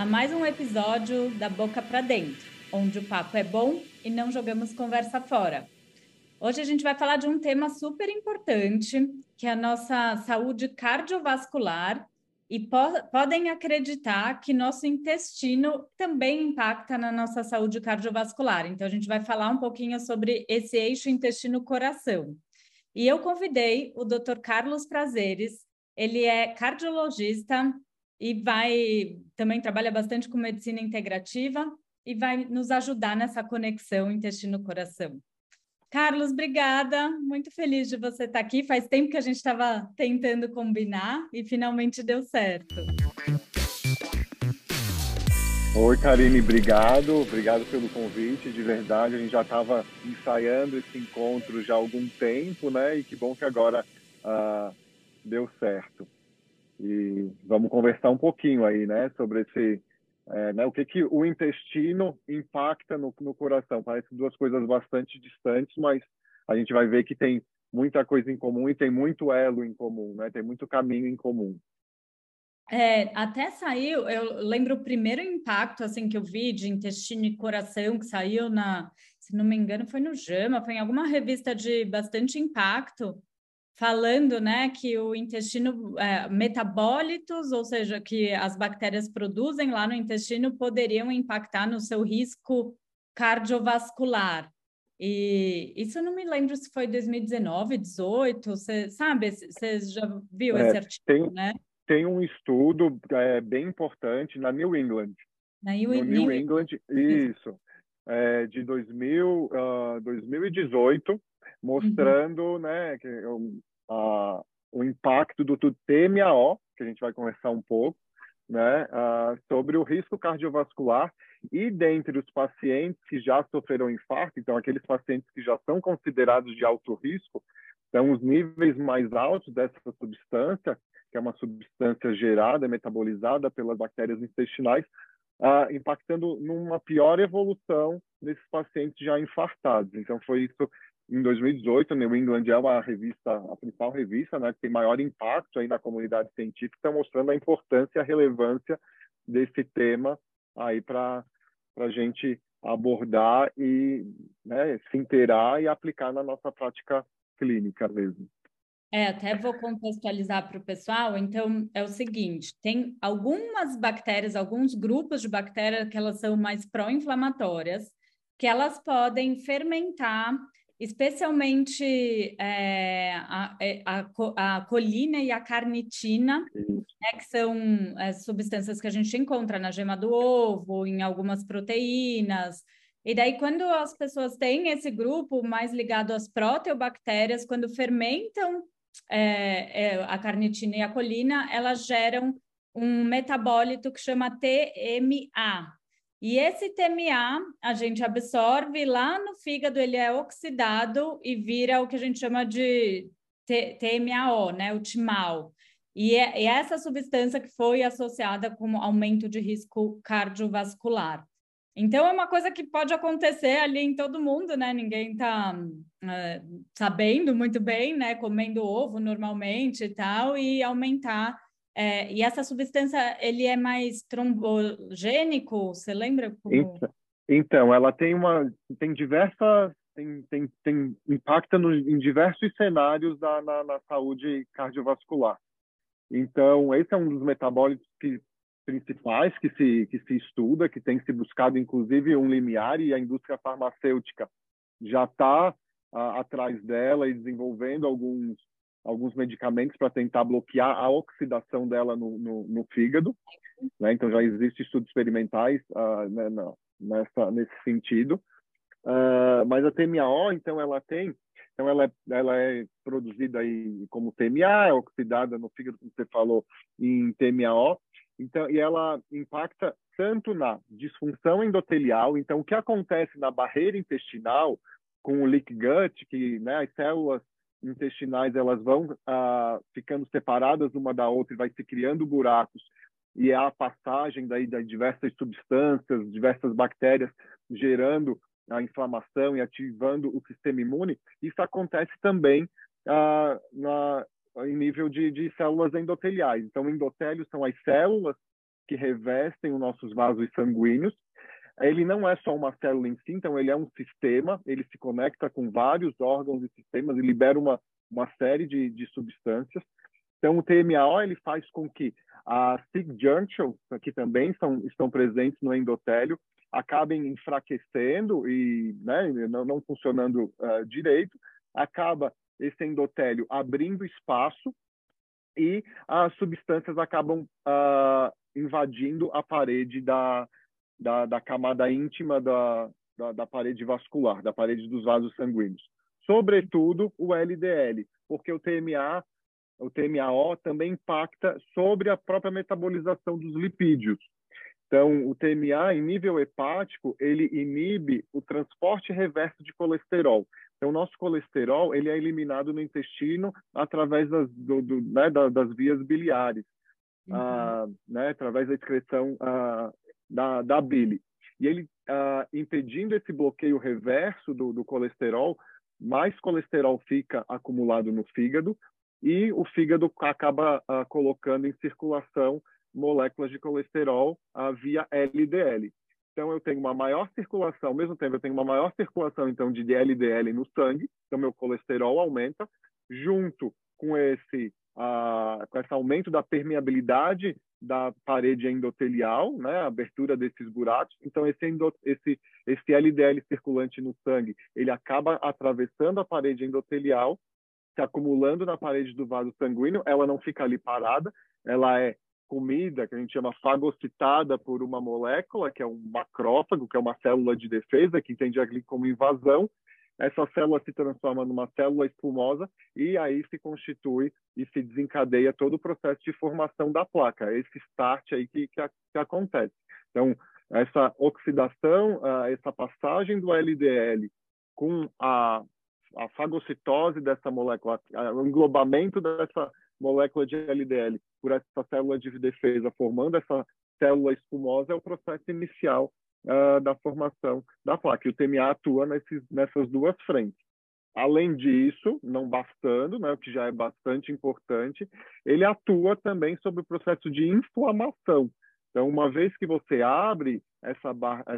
a mais um episódio da Boca para Dentro, onde o papo é bom e não jogamos conversa fora. Hoje a gente vai falar de um tema super importante, que é a nossa saúde cardiovascular, e podem acreditar que nosso intestino também impacta na nossa saúde cardiovascular. Então a gente vai falar um pouquinho sobre esse eixo intestino-coração. E eu convidei o Dr. Carlos Prazeres, ele é cardiologista e também trabalha bastante com medicina integrativa e vai nos ajudar nessa conexão intestino-coração. Carlos, obrigada. Muito feliz de você estar aqui. Faz tempo que a gente estava tentando combinar e finalmente deu certo. Oi, Karine, obrigado pelo convite, de verdade, a gente já estava ensaiando esse encontro já há algum tempo, né, e que bom que agora deu certo. E vamos conversar um pouquinho aí, né, sobre né, o que o intestino impacta no coração. Parece duas coisas bastante distantes, mas a gente vai ver que tem muita coisa em comum e tem muito elo em comum, né, tem muito caminho em comum. Até saiu, eu lembro o primeiro impacto assim que eu vi de intestino e coração que saiu se não me engano, foi no JAMA, foi em alguma revista de bastante impacto, falando, né, que o intestino, metabólitos, ou seja, que as bactérias produzem lá no intestino, poderiam impactar no seu risco cardiovascular. E isso eu não me lembro se foi 2019, 2018, você sabe, você já viu esse artigo, né? Tem um estudo bem importante na New England. No New England, isso, de 2018, mostrando, né, o impacto do TMAO, que a gente vai conversar um pouco, né, sobre o risco cardiovascular e dentre os pacientes que já sofreram infarto, então aqueles pacientes que já são considerados de alto risco, então os níveis mais altos dessa substância, que é uma substância gerada, metabolizada pelas bactérias intestinais, impactando numa pior evolução nesses pacientes já infartados. Então, foi isso em 2018. A New England é uma revista, a principal revista, né, que tem maior impacto aí na comunidade científica, está mostrando a importância e a relevância desse tema aí para a gente abordar e, né, se inteirar e aplicar na nossa prática clínica mesmo. Até vou contextualizar para o pessoal. Então, é o seguinte: tem algumas bactérias, alguns grupos de bactérias que elas são mais pró-inflamatórias, que elas podem fermentar, especialmente a colina e a carnitina, né, que são substâncias que a gente encontra na gema do ovo, em algumas proteínas. E daí, quando as pessoas têm esse grupo mais ligado às proteobactérias, quando fermentam a carnitina e a colina, elas geram um metabólito que chama TMA. E esse TMA a gente absorve lá no fígado, ele é oxidado e vira o que a gente chama de TMAO, né, o timal. E é essa substância que foi associada com aumento de risco cardiovascular. Então, é uma coisa que pode acontecer ali em todo mundo, né? Ninguém está sabendo muito bem, né? Comendo ovo normalmente e tal, e aumentar. E essa substância, ele é mais trombogênico? Você lembra como? Então, ela tem diversas, impacta em diversos cenários na saúde cardiovascular. Então, esse é um dos metabólitos principais que se estuda, que tem se buscado, inclusive, um limiar, e a indústria farmacêutica já está atrás dela e desenvolvendo alguns medicamentos para tentar bloquear a oxidação dela no fígado, né? Então, já existem estudos experimentais né, nesse sentido. Mas a TMAO, então, ela é produzida aí como TMA, é oxidada no fígado, como você falou, em TMAO. Então, e ela impacta tanto na disfunção endotelial. Então, o que acontece na barreira intestinal com o leaky gut, que, né, as células intestinais elas vão ficando separadas uma da outra e vai se criando buracos, e é a passagem daí das diversas substâncias, diversas bactérias gerando a inflamação e ativando o sistema imune. Isso acontece também em nível de células endoteliais. Então, endotélios são as células que revestem os nossos vasos sanguíneos. Ele não é só uma célula em si, então ele é um sistema, ele se conecta com vários órgãos e sistemas e libera uma série de substâncias. Então, o TMAO ele faz com que as SIG junctions, que também estão presentes no endotélio, acabem enfraquecendo e, né, não funcionando direito. Acaba esse endotélio abrindo espaço e as substâncias acabam invadindo a parede da camada íntima da parede vascular, da parede dos vasos sanguíneos. Sobretudo o LDL, porque o TMAO também impacta sobre a própria metabolização dos lipídios. Então, o TMA, em nível hepático, ele inibe o transporte reverso de colesterol. Então, o nosso colesterol ele é eliminado no intestino através das vias biliares, né, através da excreção da bile. E ele, impedindo esse bloqueio reverso do colesterol, mais colesterol fica acumulado no fígado e o fígado acaba colocando em circulação moléculas de colesterol via LDL. Então, eu tenho uma maior circulação, ao mesmo tempo eu tenho uma maior circulação então, de LDL no sangue, então meu colesterol aumenta, junto com esse aumento da permeabilidade da parede endotelial, né, a abertura desses buracos. Então, esse LDL circulante no sangue, ele acaba atravessando a parede endotelial, se acumulando na parede do vaso sanguíneo, ela não fica ali parada, ela é comida, que a gente chama fagocitada por uma molécula, que é um macrófago, que é uma célula de defesa, que entende ali como invasão. Essa célula se transforma numa célula espumosa e aí se constitui e se desencadeia todo o processo de formação da placa, esse start aí que acontece. Então, essa oxidação, essa passagem do LDL com a fagocitose dessa molécula, o englobamento dessa molécula de LDL por essa célula de defesa, formando essa célula espumosa, é o processo inicial da formação da placa. E o TMA atua nessas duas frentes. Além disso, não bastando, né, o que já é bastante importante, ele atua também sobre o processo de inflamação. Então, uma vez que você abre essa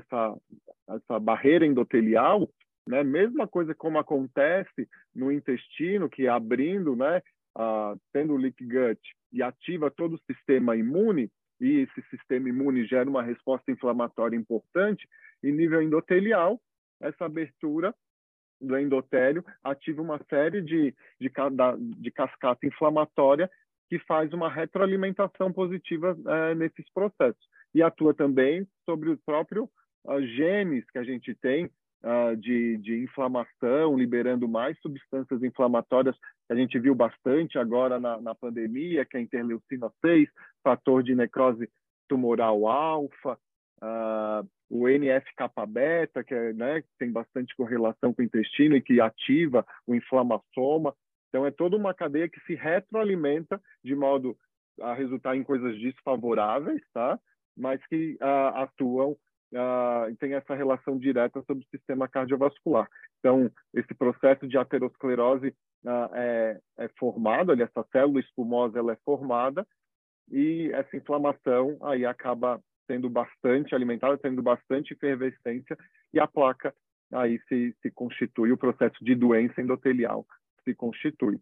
barreira endotelial, né, mesma coisa como acontece no intestino, que abrindo, né, tendo o leaky gut e ativa todo o sistema imune, e esse sistema imune gera uma resposta inflamatória importante, em nível endotelial, essa abertura do endotélio ativa uma série de cascata inflamatória que faz uma retroalimentação positiva nesses processos. E atua também sobre os próprios genes que a gente tem de inflamação, liberando mais substâncias inflamatórias, que a gente viu bastante agora na pandemia, que é a interleucina 6, fator de necrose tumoral alfa, o NF-kappa-beta, que tem bastante correlação com o intestino e que ativa o inflamassoma. Então, é toda uma cadeia que se retroalimenta de modo a resultar em coisas desfavoráveis, tá? Mas que atuam tem essa relação direta sobre o sistema cardiovascular. Então, esse processo de aterosclerose é formado, ali, essa célula espumosa ela é formada, e essa inflamação aí acaba sendo bastante alimentada, tendo bastante efervescência, e a placa aí se constitui, o processo de doença endotelial se constitui.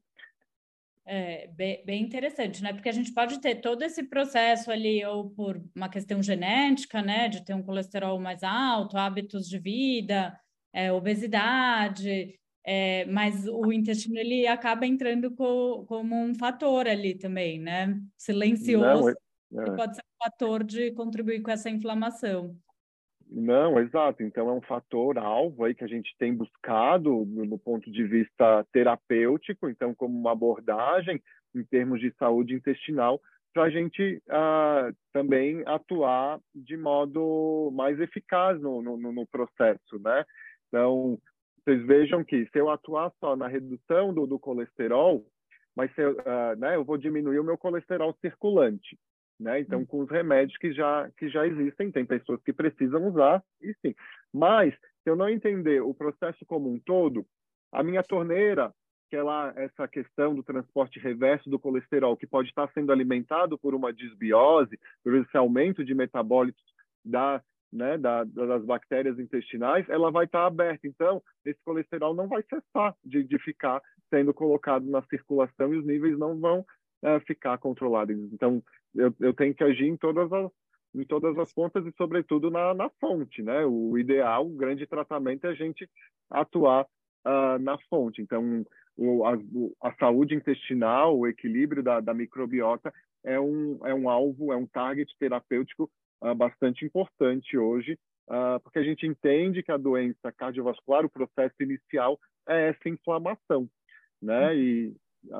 É bem interessante, né? Porque a gente pode ter todo esse processo ali, ou por uma questão genética, né? De ter um colesterol mais alto, hábitos de vida, obesidade, mas o intestino ele acaba entrando como um fator ali também, né? Silencioso, que pode ser um fator de contribuir com essa inflamação. Não, exato. Então, é um fator alvo aí que a gente tem buscado no ponto de vista terapêutico, então, como uma abordagem em termos de saúde intestinal, para a gente também atuar de modo mais eficaz no processo, né? Então, vocês vejam que se eu atuar só na redução do colesterol, mas eu vou diminuir o meu colesterol circulante. Né? Então, com os remédios que já existem, tem pessoas que precisam usar, e sim. Mas, se eu não entender o processo como um todo, a minha torneira, essa questão do transporte reverso do colesterol, que pode estar sendo alimentado por uma disbiose, por esse aumento de metabólitos das bactérias intestinais, ela vai estar aberta. Então, esse colesterol não vai cessar de ficar sendo colocado na circulação e os níveis não vão ficar controlados. Então, eu tenho que agir em todas as pontas e, sobretudo, na fonte, né? O ideal, o grande tratamento é a gente atuar na fonte. Então, a saúde intestinal, o equilíbrio da microbiota é um alvo, é um target terapêutico bastante importante hoje, porque a gente entende que a doença cardiovascular, o processo inicial é essa inflamação, né? E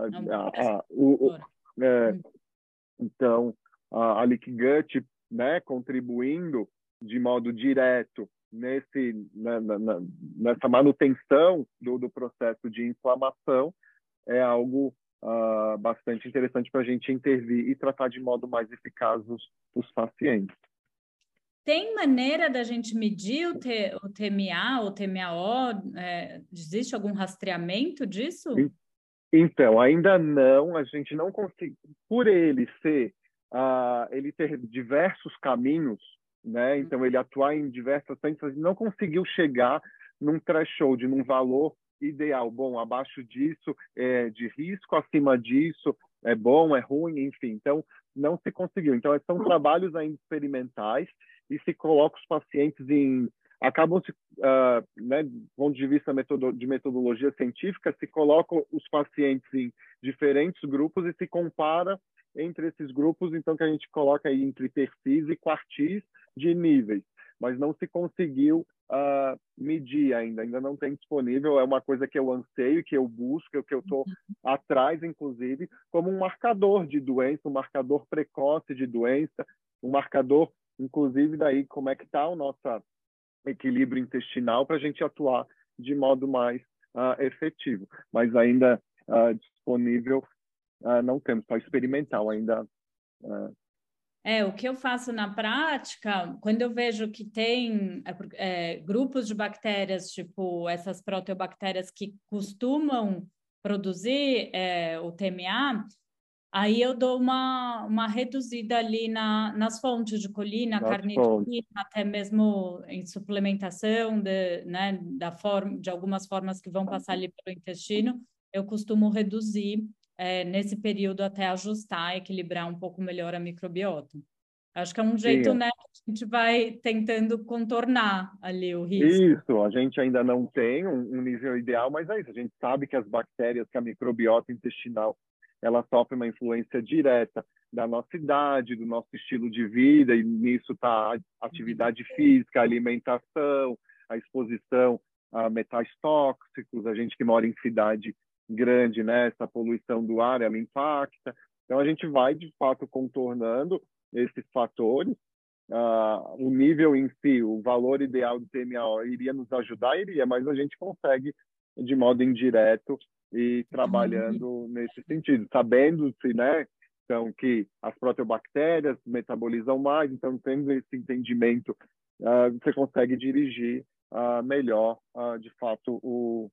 então a leaky gut, né, contribuindo de modo direto nessa manutenção do processo de inflamação é algo bastante interessante para a gente intervir e tratar de modo mais eficaz os pacientes. Tem maneira da gente medir o TMA ou TMAO? Existe algum rastreamento disso? Então, ainda não, a gente não consegue, por ele ter diversos caminhos, né? Então ele atuar em diversas frentes, a gente não conseguiu chegar num threshold, num valor ideal. Bom, abaixo disso é de risco, acima disso é bom, é ruim, enfim. Então, não se conseguiu. Então, são trabalhos ainda experimentais e se coloca os pacientes acabam-se, né, do ponto de vista de metodologia científica, se coloca os pacientes em diferentes grupos e se compara entre esses grupos, então, que a gente coloca aí entre perfis e quartis de níveis, mas não se conseguiu medir ainda não tem disponível, é uma coisa que eu anseio, que eu busco, que eu estou atrás, inclusive, como um marcador de doença, um marcador precoce de doença, um marcador, inclusive, daí como é que está o nosso equilíbrio intestinal para a gente atuar de modo mais efetivo. Mas ainda disponível não temos, só experimental ainda. O que eu faço na prática, quando eu vejo que tem grupos de bactérias, tipo essas proteobactérias que costumam produzir o TMA, aí eu dou uma reduzida ali nas fontes de colina, carnitina, até mesmo em suplementação de algumas formas que vão passar ali pelo intestino, eu costumo reduzir nesse período até ajustar, equilibrar um pouco melhor a microbiota. Acho que é um jeito, né, que a gente vai tentando contornar ali o risco. Isso, a gente ainda não tem um nível ideal, mas é isso. A gente sabe que as bactérias, que a microbiota intestinal, ela sofre uma influência direta da nossa idade, do nosso estilo de vida, e nisso está a atividade física, a alimentação, a exposição a metais tóxicos, a gente que mora em cidade grande, né, essa poluição do ar, ela impacta. Então, a gente vai, de fato, contornando esses fatores. O nível em si, o valor ideal do TMAO iria nos ajudar, mas a gente consegue de modo indireto e trabalhando nesse sentido, sabendo-se, né, então, que as proteobactérias metabolizam mais, então, tendo esse entendimento, você consegue dirigir melhor, de fato, o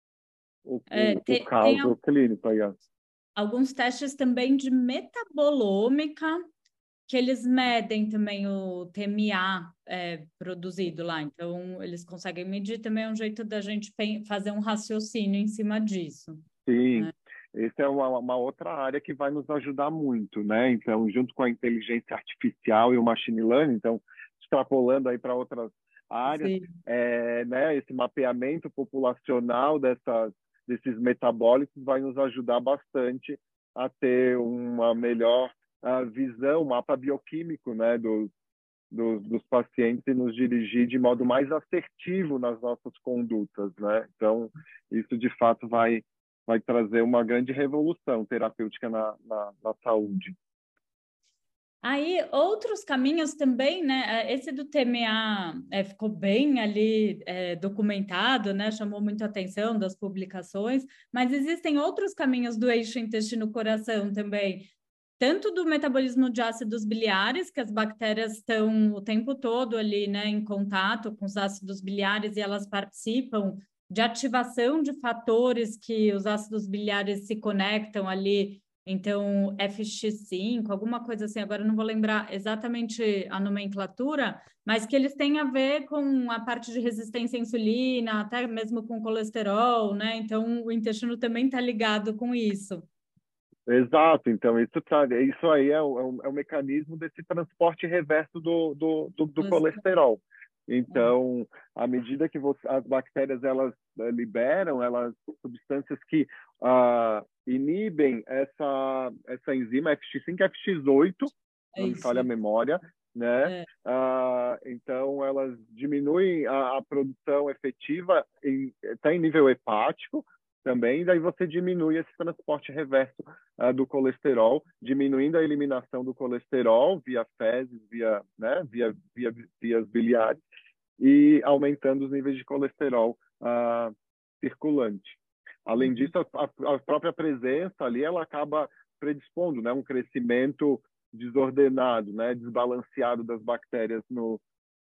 caso clínico. Aí, alguns testes também de metabolômica, que eles medem também o TMA produzido lá. Então, eles conseguem medir também, um jeito da gente fazer um raciocínio em cima disso. Sim, né? Essa é uma outra área que vai nos ajudar muito, né? Então, junto com a inteligência artificial e o machine learning, então, extrapolando aí para outras áreas, né? Esse mapeamento populacional desses metabólitos vai nos ajudar bastante a ter uma melhor visão, mapa bioquímico, né, dos pacientes e nos dirigir de modo mais assertivo nas nossas condutas, né? Então, isso de fato vai trazer uma grande revolução terapêutica na saúde. Aí, outros caminhos também, né? Esse do TMA ficou bem ali documentado, né? Chamou muito a atenção das publicações, mas existem outros caminhos do eixo intestino-coração também, tanto do metabolismo de ácidos biliares, que as bactérias estão o tempo todo ali, né, em contato com os ácidos biliares e elas participam de ativação de fatores que os ácidos biliares se conectam ali. Então, FX5, alguma coisa assim, agora eu não vou lembrar exatamente a nomenclatura, mas que eles têm a ver com a parte de resistência à insulina, até mesmo com colesterol, né? Então, o intestino também está ligado com isso. Exato, então isso aí é o mecanismo desse transporte reverso do colesterol. Então, à medida que as bactérias elas liberam substâncias que inibem essa enzima FX5 e FX8, não me falha a memória, né? Então, elas diminuem a produção efetiva até em nível hepático também, daí você diminui esse transporte reverso do colesterol, diminuindo a eliminação do colesterol via fezes, via vias biliares, e aumentando os níveis de colesterol circulante. Além disso, a própria presença ali, ela acaba predispondo, né, um crescimento desordenado, né, desbalanceado das bactérias no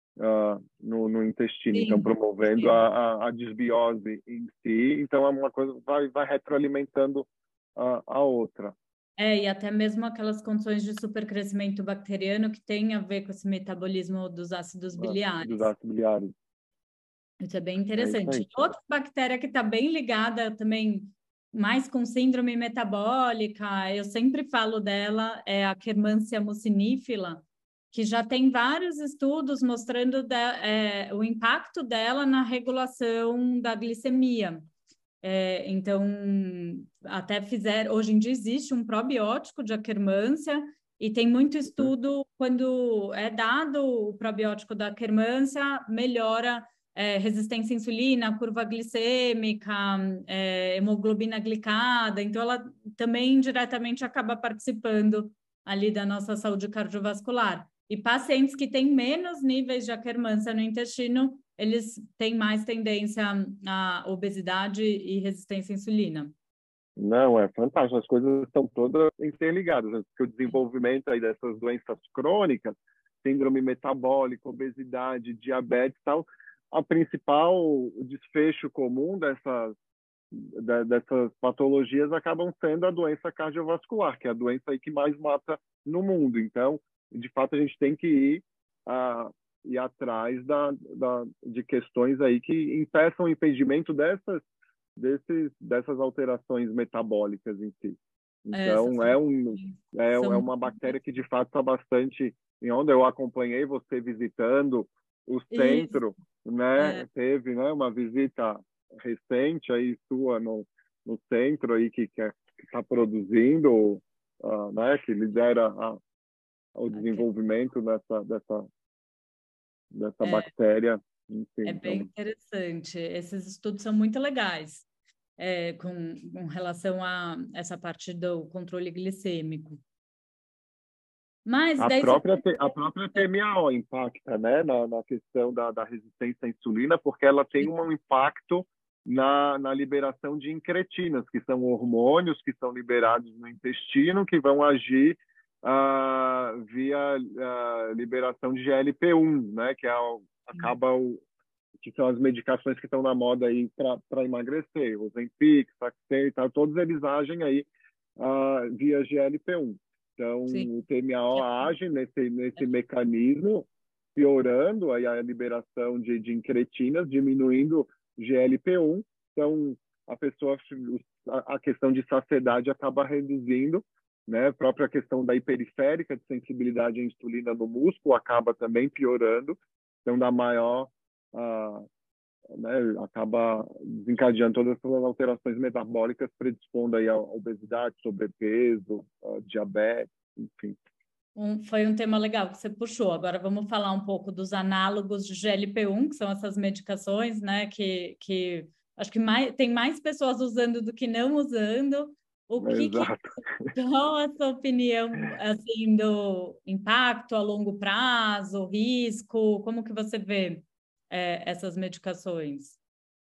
intestino, Sim, então promovendo a desbiose em si. Então, é uma coisa vai retroalimentando a outra. E até mesmo aquelas condições de supercrescimento bacteriano que tem a ver com esse metabolismo dos ácidos biliares. Dos ácidos biliares. Isso é bem interessante. Outra bactéria que está bem ligada também, mais com síndrome metabólica, eu sempre falo dela, é a Quermansia mucinifila, que já tem vários estudos mostrando o impacto dela na regulação da glicemia. Então, até hoje em dia existe um probiótico de Akkermansia e tem muito estudo quando é dado o probiótico da Akkermansia, melhora resistência à insulina, curva glicêmica, hemoglobina glicada, então ela também indiretamente acaba participando ali da nossa saúde cardiovascular. E pacientes que têm menos níveis de Akkermansia no intestino, eles têm mais tendência à obesidade e resistência à insulina. Não, é fantástico. As coisas estão todas interligadas, né? Porque o desenvolvimento aí dessas doenças crônicas, síndrome metabólica, obesidade, diabetes e tal, a principal desfecho comum dessas patologias acabam sendo a doença cardiovascular, que é a doença aí que mais mata no mundo. Então, de fato, a gente tem que ir atrás de questões aí que impeçam o impedimento dessas alterações metabólicas em si. Então, é uma bactéria que, de fato, está bastante em onda. Eu acompanhei você visitando o centro, né? Teve, né, uma visita recente aí sua no centro aí que está produzindo, né, que lidera o desenvolvimento dessa bactéria. Enfim, é bem interessante. Esses estudos são muito legais com relação a essa parte do controle glicêmico. Mas a daí própria TMAO impacta, né, na questão da resistência à insulina, porque ela tem um impacto na liberação de incretinas, que são hormônios que são liberados no intestino, que vão agir via liberação de GLP-1, né, que que são as medicações que estão na moda aí para emagrecer, o Ozempic, Saxenda e tal, todos eles agem aí via GLP-1. Então, o TMAO age nesse mecanismo, piorando aí a liberação de incretinas, diminuindo GLP-1. Então, a questão de saciedade acaba reduzindo, né? A própria questão da hiperiférica, de sensibilidade à insulina no músculo, acaba também piorando. Então, dá maior... né, acaba desencadeando todas essas alterações metabólicas, predispondo aí a obesidade, sobrepeso, diabetes, enfim. Foi um tema legal que você puxou. Agora vamos falar um pouco dos análogos de GLP-1, que são essas medicações, né, que acho que tem mais pessoas usando do que não usando. Qual a sua opinião, assim, do impacto a longo prazo, risco? Como que você vê essas medicações?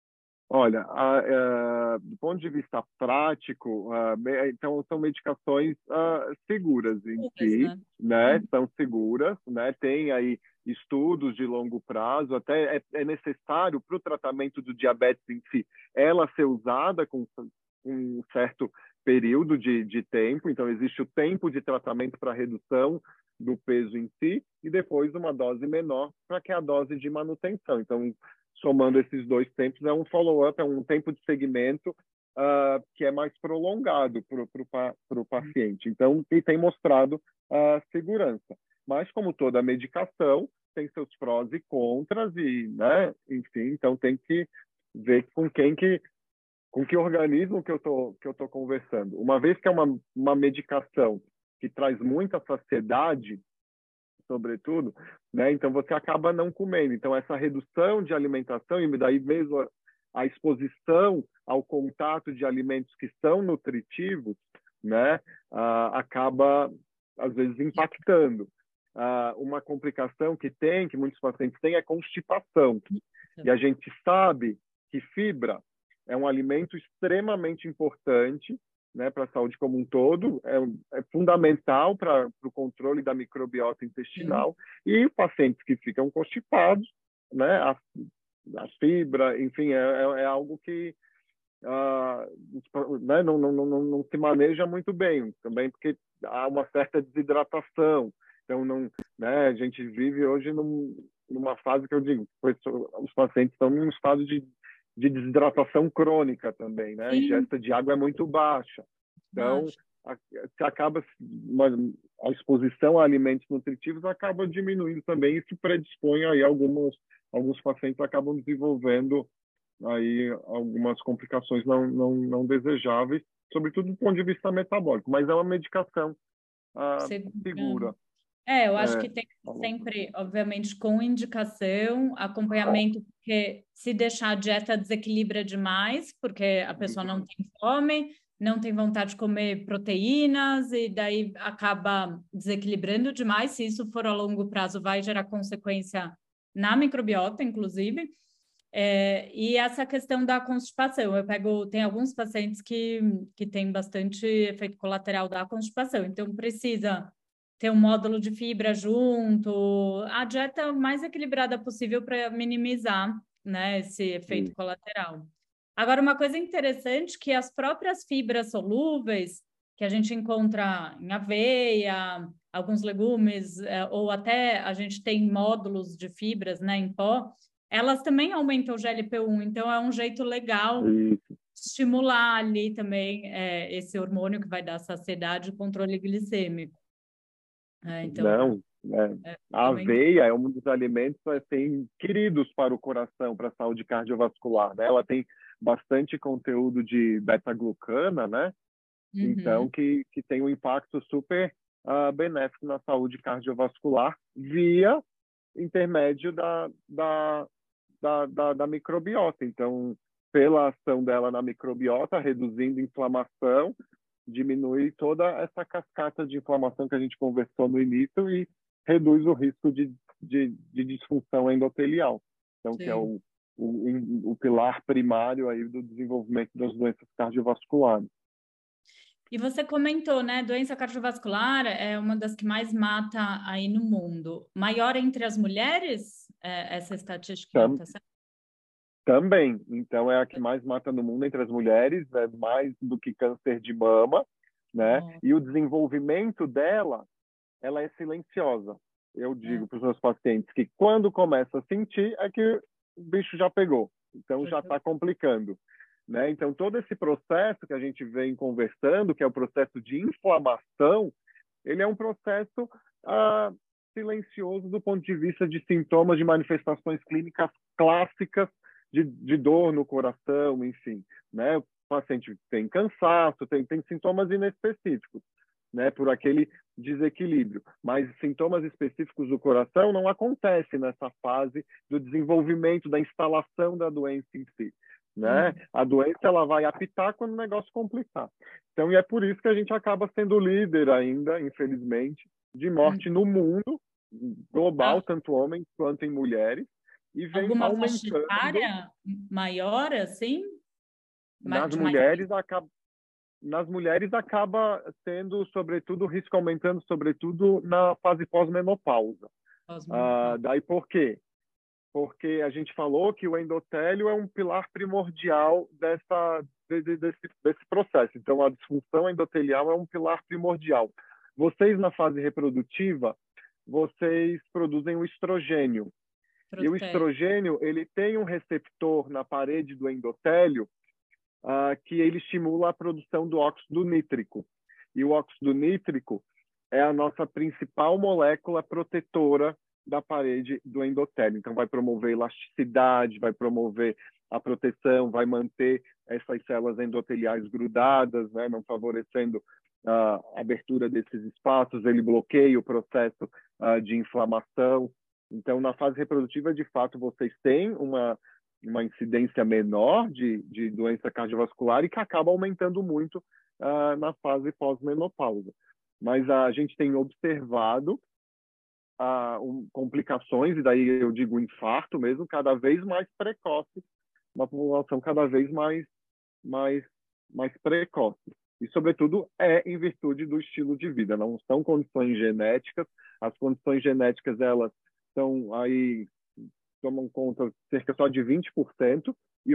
Olha, do ponto de vista prático, então são medicações seguras em Poucas, si, né? né? São seguras, né? Tem aí estudos de longo prazo, até é necessário para o tratamento do diabetes em si, ela ser usada com um certo período de tempo, então existe o tempo de tratamento para redução do peso em si e depois uma dose menor para que é a dose de manutenção. Então, somando esses dois tempos, é um follow-up, é um tempo de segmento que é mais prolongado para o paciente. Então, e tem mostrado segurança. Mas, como toda medicação, tem seus prós e contras, e, né, enfim, então tem que ver com que organismo que eu tô conversando. Uma vez que é uma medicação que traz muita saciedade, sobretudo, né? Então você acaba não comendo. Então essa redução de alimentação e daí mesmo a exposição ao contato de alimentos que são nutritivos, né? Acaba às vezes impactando. Uma complicação que muitos pacientes têm é constipação. E a gente sabe que fibra é um alimento extremamente importante, né, para a saúde como um todo, é fundamental para o controle da microbiota intestinal, e pacientes que ficam constipados, né, a fibra, enfim, é algo que né, não se maneja muito bem, também porque há uma certa desidratação, então não, né, a gente vive hoje numa fase que eu digo, os pacientes estão em um estado de desidratação crônica também, né? A Sim, ingesta de água é muito baixa. Então, acho. se acaba a exposição a alimentos nutritivos acaba diminuindo também, e isso predispõe aí alguns pacientes acabam desenvolvendo aí algumas complicações não desejáveis, sobretudo do ponto de vista metabólico, mas é uma medicação Segura. segura. Eu acho É, que tem sempre, obviamente, com indicação, acompanhamento, porque se deixar a dieta desequilibra demais, porque a pessoa não tem fome, não tem vontade de comer proteínas, e daí acaba desequilibrando demais. Se isso for a longo prazo, vai gerar consequência na microbiota, inclusive. E essa questão da constipação, tem alguns pacientes que têm bastante efeito colateral da constipação, então precisa ter um módulo de fibra junto, a dieta mais equilibrada possível para minimizar, né, esse efeito colateral. Agora, uma coisa interessante que as próprias fibras solúveis que a gente encontra em aveia, alguns legumes, ou até a gente tem módulos de fibras, né, em pó, elas também aumentam o GLP-1, então é um jeito legal de estimular ali também esse hormônio que vai dar saciedade e controle glicêmico. Então, não, a também aveia é um dos alimentos assim, queridos para o coração, para a saúde cardiovascular, né? Ela tem bastante conteúdo de beta-glucana, né? Então, uhum, que tem um impacto super benéfico na saúde cardiovascular via intermédio da microbiota. Então, pela ação dela na microbiota, reduzindo inflamação, diminui toda essa cascata de inflamação que a gente conversou no início e reduz o risco de disfunção endotelial. Então, que é sim. o pilar primário aí do desenvolvimento das doenças cardiovasculares. E você comentou, né? Doença cardiovascular é uma das que mais mata aí no mundo. Maior entre as mulheres, essa estatística, Tam, tá certo? também, então é a que mais mata no mundo entre as mulheres, é mais do que câncer de mama, né? Oh, E o desenvolvimento dela, ela é silenciosa. Eu é, digo para os meus pacientes que quando começa a sentir é que o bicho já pegou, então já está complicando, né? Então todo esse processo que a gente vem conversando, que é o processo de inflamação, ele é um processo silencioso do ponto de vista de sintomas, de manifestações clínicas clássicas de dor no coração, enfim, né? O paciente tem cansaço, tem sintomas inespecíficos, né? Por aquele desequilíbrio. Mas sintomas específicos do coração não acontecem nessa fase do desenvolvimento, da instalação da doença em si. Né? sim. A doença ela vai apitar quando o negócio complicar. Então, e é por isso que a gente acaba sendo líder ainda, infelizmente, de morte no mundo global, Ah, tanto homens quanto em mulheres. e vem Alguma faixa aumentando. etária maior, assim? Nas De mais... mulheres acaba sendo, sobretudo, o risco aumentando, sobretudo na fase pós-menopausa. Daí por quê? Porque a gente falou que o endotélio é um pilar primordial desse processo. Então, a disfunção endotelial é um pilar primordial. Vocês, na fase reprodutiva, vocês produzem o estrogênio. E o estrogênio, ele tem um receptor na parede do endotélio que ele estimula a produção do óxido nítrico. E o óxido nítrico é a nossa principal molécula protetora da parede do endotélio. Então, vai promover elasticidade, vai promover a proteção, vai manter essas células endoteliais grudadas, né, não favorecendo a abertura desses espaços, ele bloqueia o processo de inflamação. Então, na fase reprodutiva, de fato, vocês têm uma incidência menor de doença cardiovascular e que acaba aumentando muito na fase pós-menopausa. Mas a gente tem observado complicações, e daí eu digo infarto mesmo, cada vez mais precoce, uma população cada vez mais precoce. E, sobretudo, é em virtude do estilo de vida, não são condições genéticas. As condições genéticas, elas estão aí, tomam conta cerca só de 20%, e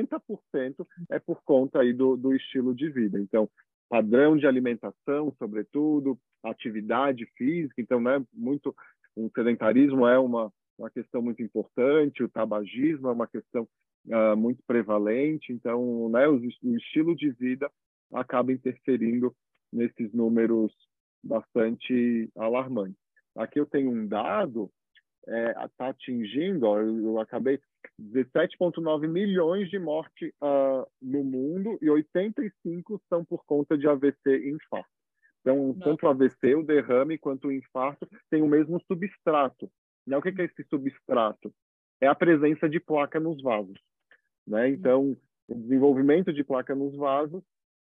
80% é por conta aí do estilo de vida. Então, padrão de alimentação, sobretudo, atividade física. Então, né, o sedentarismo é uma questão muito importante, o tabagismo é uma questão muito prevalente. Então, né, o estilo de vida acaba interferindo nesses números bastante alarmantes. Aqui eu tenho um dado, está atingindo, eu acabei, 17,9 milhões de mortes no mundo, e 85 são por conta de AVC e infarto. Então, tanto o AVC, o derrame, quanto o infarto tem o mesmo substrato. Né? O que é esse substrato? É a presença de placa nos vasos. Né? Então, o desenvolvimento de placa nos vasos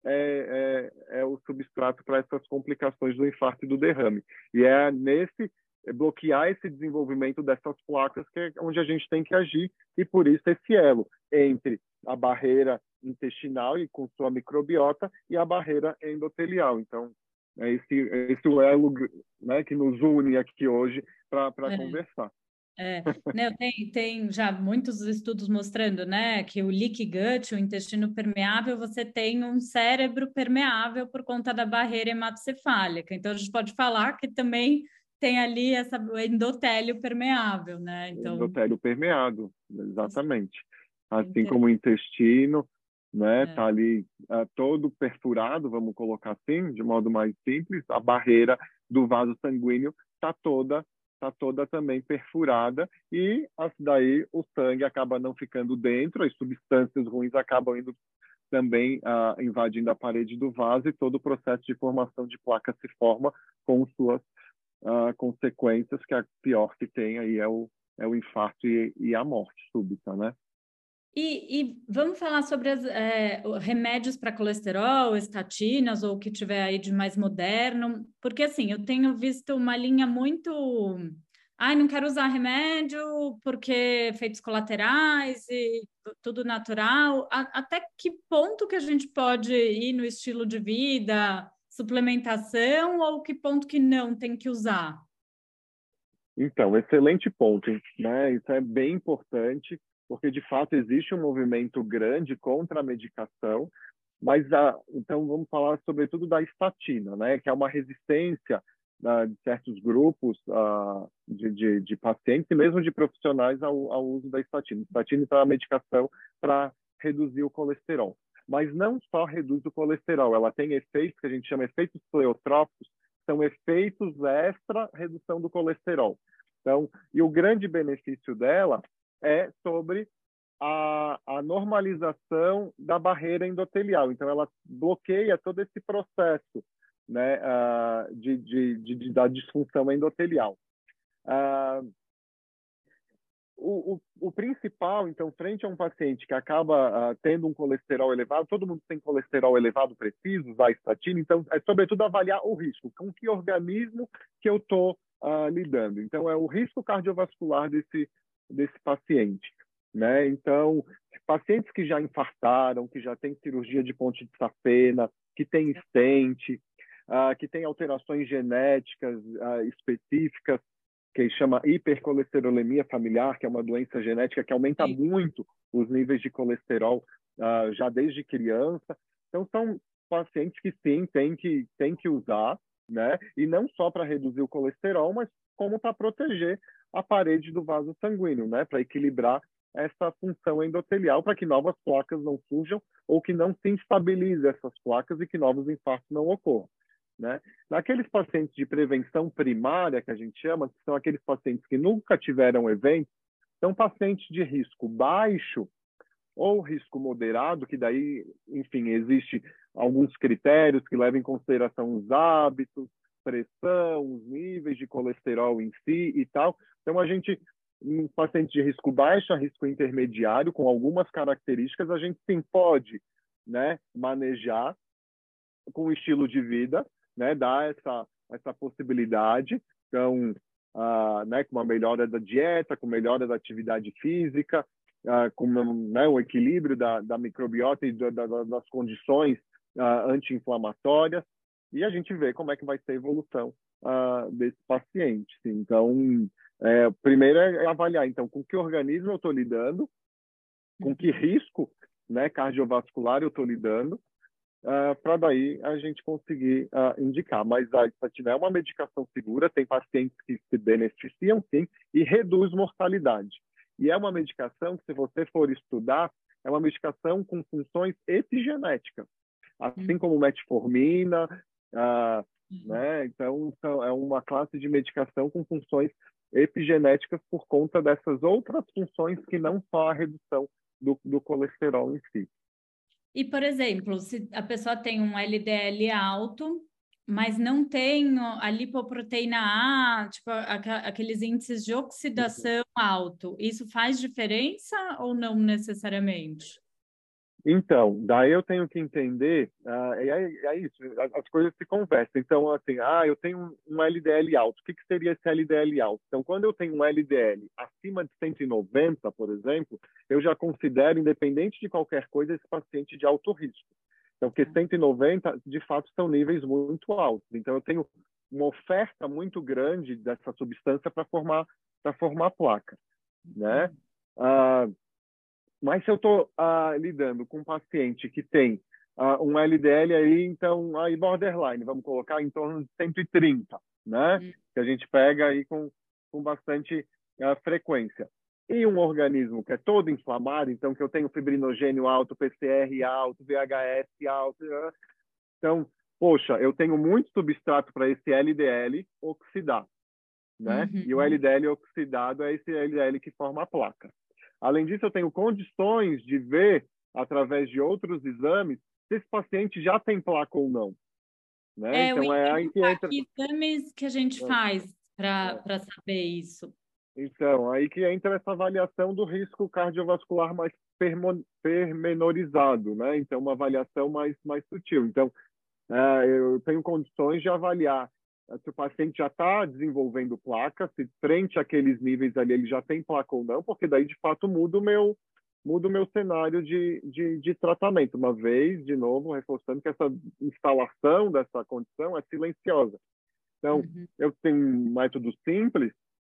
é o substrato para essas complicações do infarto e do derrame. E é bloquear esse desenvolvimento dessas placas que é onde a gente tem que agir, e por isso esse elo entre a barreira intestinal e com sua microbiota e a barreira endotelial. Então, é esse o elo, né, que nos une aqui hoje para conversar. Não, tem já muitos estudos mostrando, né, que o leaky gut, o intestino permeável, você tem um cérebro permeável por conta da barreira hematocefálica. Então, a gente pode falar que também tem ali o endotélio permeável, né? Então, endotélio permeado, exatamente. Assim como o intestino, né, tá ali todo perfurado, vamos colocar assim, de modo mais simples, a barreira do vaso sanguíneo tá toda também perfurada, e daí o sangue acaba não ficando dentro, as substâncias ruins acabam indo também invadindo a parede do vaso, e todo o processo de formação de placa se forma com suas consequências, que a pior que tem aí é o infarto e a morte súbita, né? E vamos falar sobre remédios para colesterol, estatinas, ou o que tiver aí de mais moderno, porque assim, eu tenho visto uma linha muito... Ai, não quero usar remédio porque efeitos colaterais e tudo natural. Até que ponto que a gente pode ir no estilo de vida, suplementação, ou que ponto que não tem que usar? Então, excelente ponto, né? Isso é bem importante, porque de fato existe um movimento grande contra a medicação, mas então vamos falar sobretudo da estatina, né? Que é uma resistência de certos grupos de pacientes e mesmo de profissionais ao uso da estatina. Estatina é uma medicação para reduzir o colesterol, mas não só reduz o colesterol, ela tem efeitos que a gente chama efeitos pleotrópicos, são efeitos extra redução do colesterol. Então, e o grande benefício dela é sobre a normalização da barreira endotelial. Então, ela bloqueia todo esse processo, né, da disfunção endotelial. O principal, então, frente a um paciente que acaba tendo um colesterol elevado, todo mundo tem colesterol elevado, preciso usar estatina, então, é sobretudo avaliar o risco, com que organismo que eu estou lidando. Então, é o risco cardiovascular desse paciente, né? Então, pacientes que já infartaram, que já têm cirurgia de ponte de safena, que têm stent, que têm alterações genéticas específicas, que chama hipercolesterolemia familiar, que é uma doença genética que aumenta muito os níveis de colesterol já desde criança. Então, são pacientes que sim, tem que usar, né? E não só para reduzir o colesterol, mas como para proteger a parede do vaso sanguíneo, né? Para equilibrar essa função endotelial, para que novas placas não surjam ou que não se instabilizem essas placas e que novos infartos não ocorram, né? Naqueles pacientes de prevenção primária, que a gente chama, que são aqueles pacientes que nunca tiveram evento, são pacientes de risco baixo ou risco moderado, que daí, enfim, existe alguns critérios que levam em consideração os hábitos, pressão, os níveis de colesterol em si e tal. Então, a gente, em paciente de risco baixo a risco intermediário, com algumas características, a gente sim pode, né, manejar com o estilo de vida, né, dar essa possibilidade. Então, né, com uma melhora da dieta, com melhora da atividade física, com, né, o equilíbrio da microbiota e das condições anti-inflamatórias, e a gente vê como é que vai ser a evolução desse paciente. Então, primeiro é avaliar, então, com que organismo eu estou lidando, com que risco, né, cardiovascular eu estou lidando, para daí a gente conseguir indicar. Mas se tiver uma medicação segura, tem pacientes que se beneficiam, sim, e reduz mortalidade. E é uma medicação que, se você for estudar, é uma medicação com funções epigenéticas, assim como metformina, né? Então, é uma classe de medicação com funções epigenéticas por conta dessas outras funções que não só a redução do colesterol em si. E, por exemplo, se a pessoa tem um LDL alto, mas não tem a lipoproteína A, tipo aqueles índices de oxidação alto, isso faz diferença ou não necessariamente? Então, daí eu tenho que entender, é isso, as coisas se conversam. Então, assim, eu tenho um LDL alto. O que seria esse LDL alto? Então, quando eu tenho um LDL acima de 190, por exemplo, eu já considero, independente de qualquer coisa, esse paciente de alto risco. Então, porque 190, de fato, são níveis muito altos. Então, eu tenho uma oferta muito grande dessa substância para formar placa, né? Mas se eu estou lidando com um paciente que tem um LDL aí, então, aí borderline, vamos colocar em torno de 130, né? Que a gente pega aí com bastante frequência. E um organismo que é todo inflamado, então, que eu tenho fibrinogênio alto, PCR alto, VHS alto, então, poxa, eu tenho muito substrato para esse LDL oxidar, né? E o LDL oxidado é esse LDL que forma a placa. Além disso, eu tenho condições de ver, através de outros exames, se esse paciente já tem placa ou não, né? Então, aí que entra... Que exames que a gente faz para saber isso? Então, aí que entra essa avaliação do risco cardiovascular mais pormenorizado, né? Então, uma avaliação mais sutil. Então, eu tenho condições de avaliar se o paciente já está desenvolvendo placa, se frente àqueles níveis ali ele já tem placa ou não, porque daí, de fato, muda o meu cenário de tratamento. Uma vez, de novo, reforçando que essa instalação dessa condição é silenciosa. Então, eu tenho um método simples,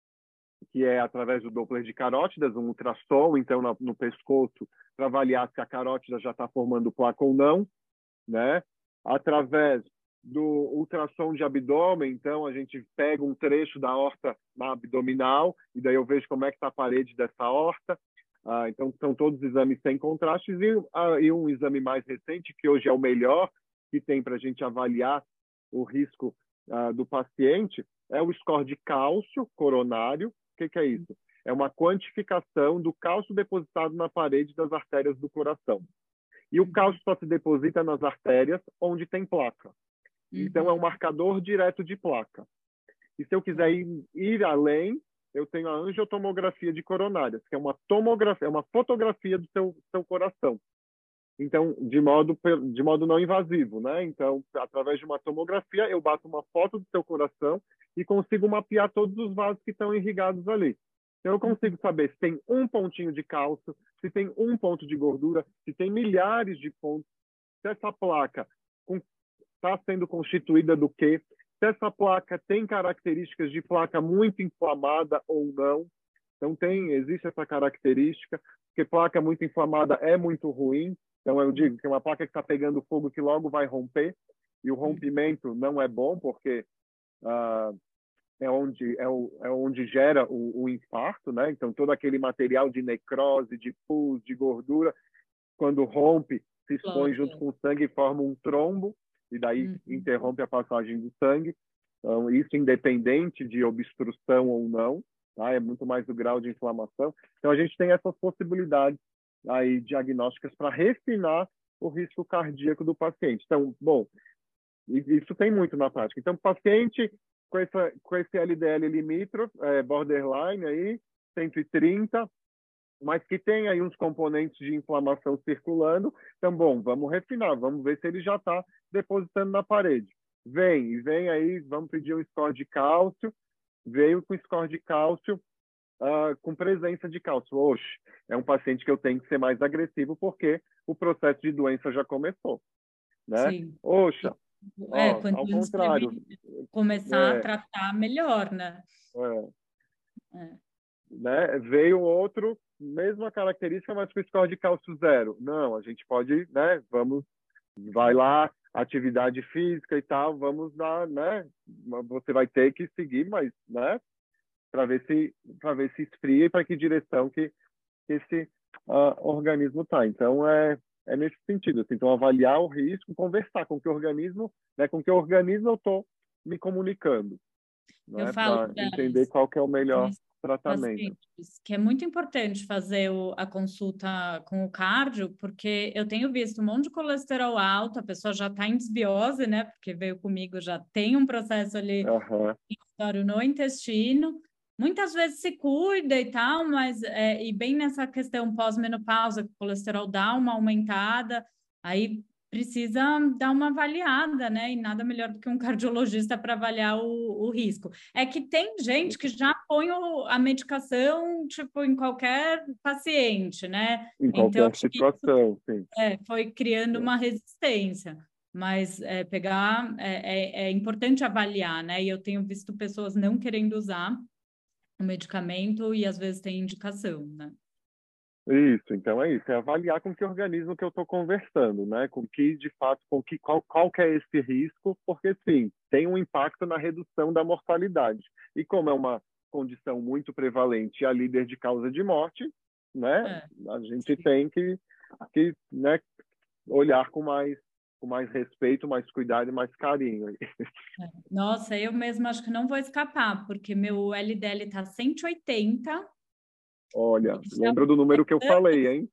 que é através do Doppler de carótidas, um ultrassom, então, no pescoço, para avaliar se a carótida já está formando placa ou não, né? Através do ultrassom de abdômen, então a gente pega um trecho da aorta abdominal e daí eu vejo como é que está a parede dessa aorta. Então são todos exames sem contrastes e um exame mais recente, que hoje é o melhor que tem para a gente avaliar o risco do paciente, é o score de cálcio coronário. O que é isso? É uma quantificação do cálcio depositado na parede das artérias do coração. E o cálcio só se deposita nas artérias onde tem placa. Então, é um marcador direto de placa. E se eu quiser ir além, eu tenho a angiotomografia de coronárias, que é uma tomografia, é uma fotografia do seu coração. Então, de modo não invasivo, né? Então, através de uma tomografia, eu bato uma foto do seu coração e consigo mapear todos os vasos que estão irrigados ali. Então, eu consigo saber se tem um pontinho de cálcio, se tem um ponto de gordura, se tem milhares de pontos, se essa placa está sendo constituída do quê, se essa placa tem características de placa muito inflamada ou não. Então, existe essa característica, porque placa muito inflamada é muito ruim. Então, eu digo que é uma placa que está pegando fogo que logo vai romper, e o rompimento não é bom, porque é onde gera o infarto, né? Então, todo aquele material de necrose, de pus, de gordura, quando rompe, se expõe junto com o sangue e forma um trombo, e daí interrompe a passagem do sangue. Então, isso independente de obstrução ou não, tá? É muito mais do grau de inflamação. Então, a gente tem essas possibilidades aí diagnósticas para refinar o risco cardíaco do paciente. Então, bom, isso tem muito na prática. Então, paciente com esse LDL limítrofe, borderline aí, 130, mas que tem aí uns componentes de inflamação circulando. Então, bom, vamos refinar, vamos ver se ele já está depositando na parede. Vem aí, vamos pedir um score de cálcio. Veio com score de cálcio, com presença de cálcio. Oxe, é um paciente que eu tenho que ser mais agressivo porque o processo de doença já começou, né? Sim. Oxa, quando ao contrário. Começar a tratar melhor, né? Né? Veio outro, mesma característica, mas com score de cálcio 0. Não, a gente pode, né? Vai lá, atividade física e tal, vamos dar, né? Você vai ter que seguir, mas, né? Para ver se esfria e para que direção que esse organismo está. Então, é nesse sentido. Assim, então, avaliar o risco, conversar com que organismo, né? Com que organismo eu estou me comunicando, né? Para entender qual que é o melhor tratamento. Que é muito importante fazer a consulta com o cardio, porque eu tenho visto um monte de colesterol alto, a pessoa já está em desbiose, né? Porque veio comigo, já tem um processo ali no intestino. Muitas vezes se cuida e tal, mas e bem nessa questão pós-menopausa, que o colesterol dá uma aumentada, aí precisa dar uma avaliada, né? E nada melhor do que um cardiologista para avaliar o risco. É que tem gente que já põe a medicação, tipo, em qualquer paciente, né? Em qualquer situação, sim. Foi criando uma resistência. Mas é importante avaliar, né? E eu tenho visto pessoas não querendo usar o medicamento e às vezes tem indicação, né? Isso, então é isso, é avaliar com que organismo que eu estou conversando, né? Com que, de fato, qual que é esse risco, porque, sim, tem um impacto na redução da mortalidade. E como é uma condição muito prevalente e a líder de causa de morte, né? A gente tem que né, olhar com mais respeito, mais cuidado e mais carinho. Nossa, eu mesma acho que não vou escapar, porque meu LDL está 180. Olha, lembra do número que eu falei, hein?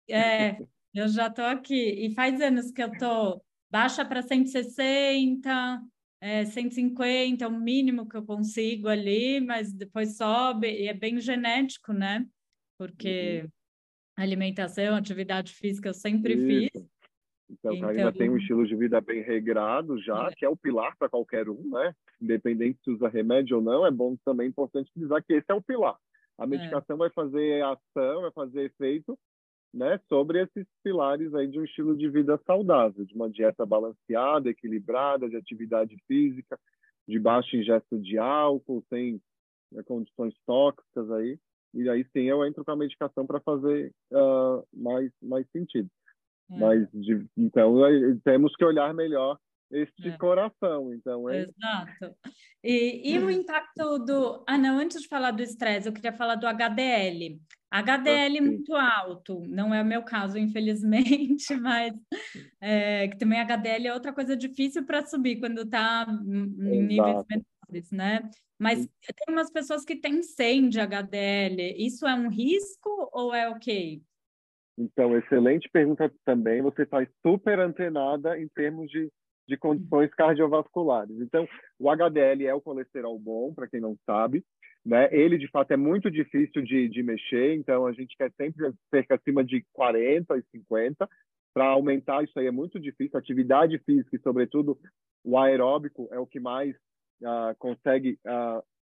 Eu já estou aqui. E faz anos que eu estou baixa para 160, 150, é o mínimo que eu consigo ali, mas depois sobe, e é bem genético, né? Porque alimentação, atividade física eu sempre fiz. Então, Karina tem um estilo de vida bem regrado já, que é o pilar para qualquer um, né? Independente se usa remédio ou não, é bom também, importante dizer que esse é o pilar. A medicação vai fazer ação, vai fazer efeito, né, sobre esses pilares aí de um estilo de vida saudável, de uma dieta balanceada, equilibrada, de atividade física, de baixo ingesto de álcool, sem condições tóxicas aí. E aí sim eu entro com a medicação para fazer mais sentido. Mas, então, temos que olhar melhor este coração. Então, Exato. E o impacto do... não, antes de falar do estresse, eu queria falar do HDL. HDL muito alto, não é o meu caso, infelizmente, mas que também HDL é outra coisa difícil para subir quando está em níveis menores, né? Mas tem umas pessoas que têm 100 de HDL, isso é um risco ou é ok? Então, excelente pergunta também. Você está super antenada em termos de condições cardiovasculares. Então, o HDL é o colesterol bom, para quem não sabe, né? Ele, de fato, é muito difícil de mexer, então a gente quer sempre cerca acima de 40 e 50. Para aumentar isso aí é muito difícil. Atividade física e, sobretudo, o aeróbico é o que mais consegue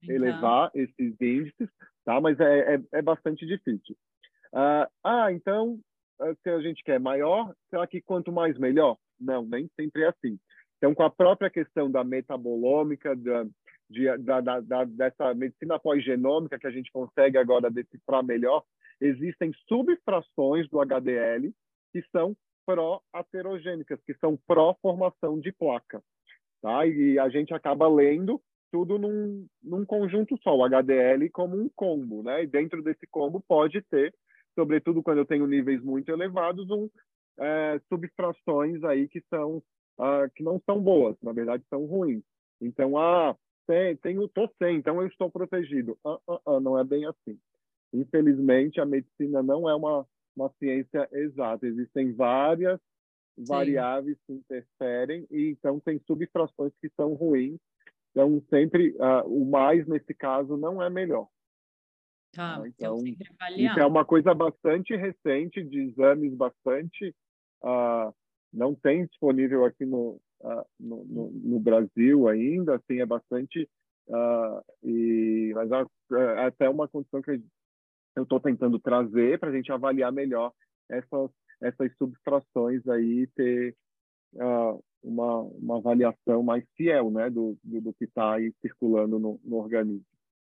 Então, elevar esses índices, tá? Mas é bastante difícil. Então, se a gente quer maior, será que quanto mais melhor? Não, nem sempre é assim. Então, com a própria questão da metabolômica, dessa medicina pós-genômica que a gente consegue agora decifrar melhor, existem subfrações do HDL que são pró-aterogênicas, que são pró-formação de placa. Tá? E a gente acaba lendo tudo num conjunto só, o HDL como um combo, né? E dentro desse combo pode ter, sobretudo quando eu tenho níveis muito elevados, subfrações aí que não são boas, na verdade são ruins. Então, tô sem, então eu estou protegido. Não é bem assim. Infelizmente, a medicina não é uma ciência exata. Existem várias sim. variáveis que interferem e então tem subfrações que são ruins. Então, sempre o mais, nesse caso, não é melhor. Tá, então Então, sempre isso é avaliar. uma coisa bastante recente, de exames bastante... não tem disponível aqui no Brasil ainda, assim, é bastante... mas é até uma condição que eu estou tentando trazer para a gente avaliar melhor essas subtrações aí, ter uma avaliação mais fiel, né, do que está aí circulando no organismo.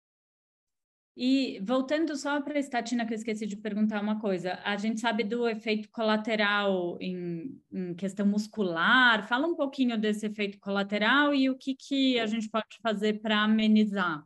E voltando só para a estatina, que eu esqueci de perguntar uma coisa, a gente sabe do efeito colateral em questão muscular. Fala um pouquinho desse efeito colateral e o que a gente pode fazer para amenizar.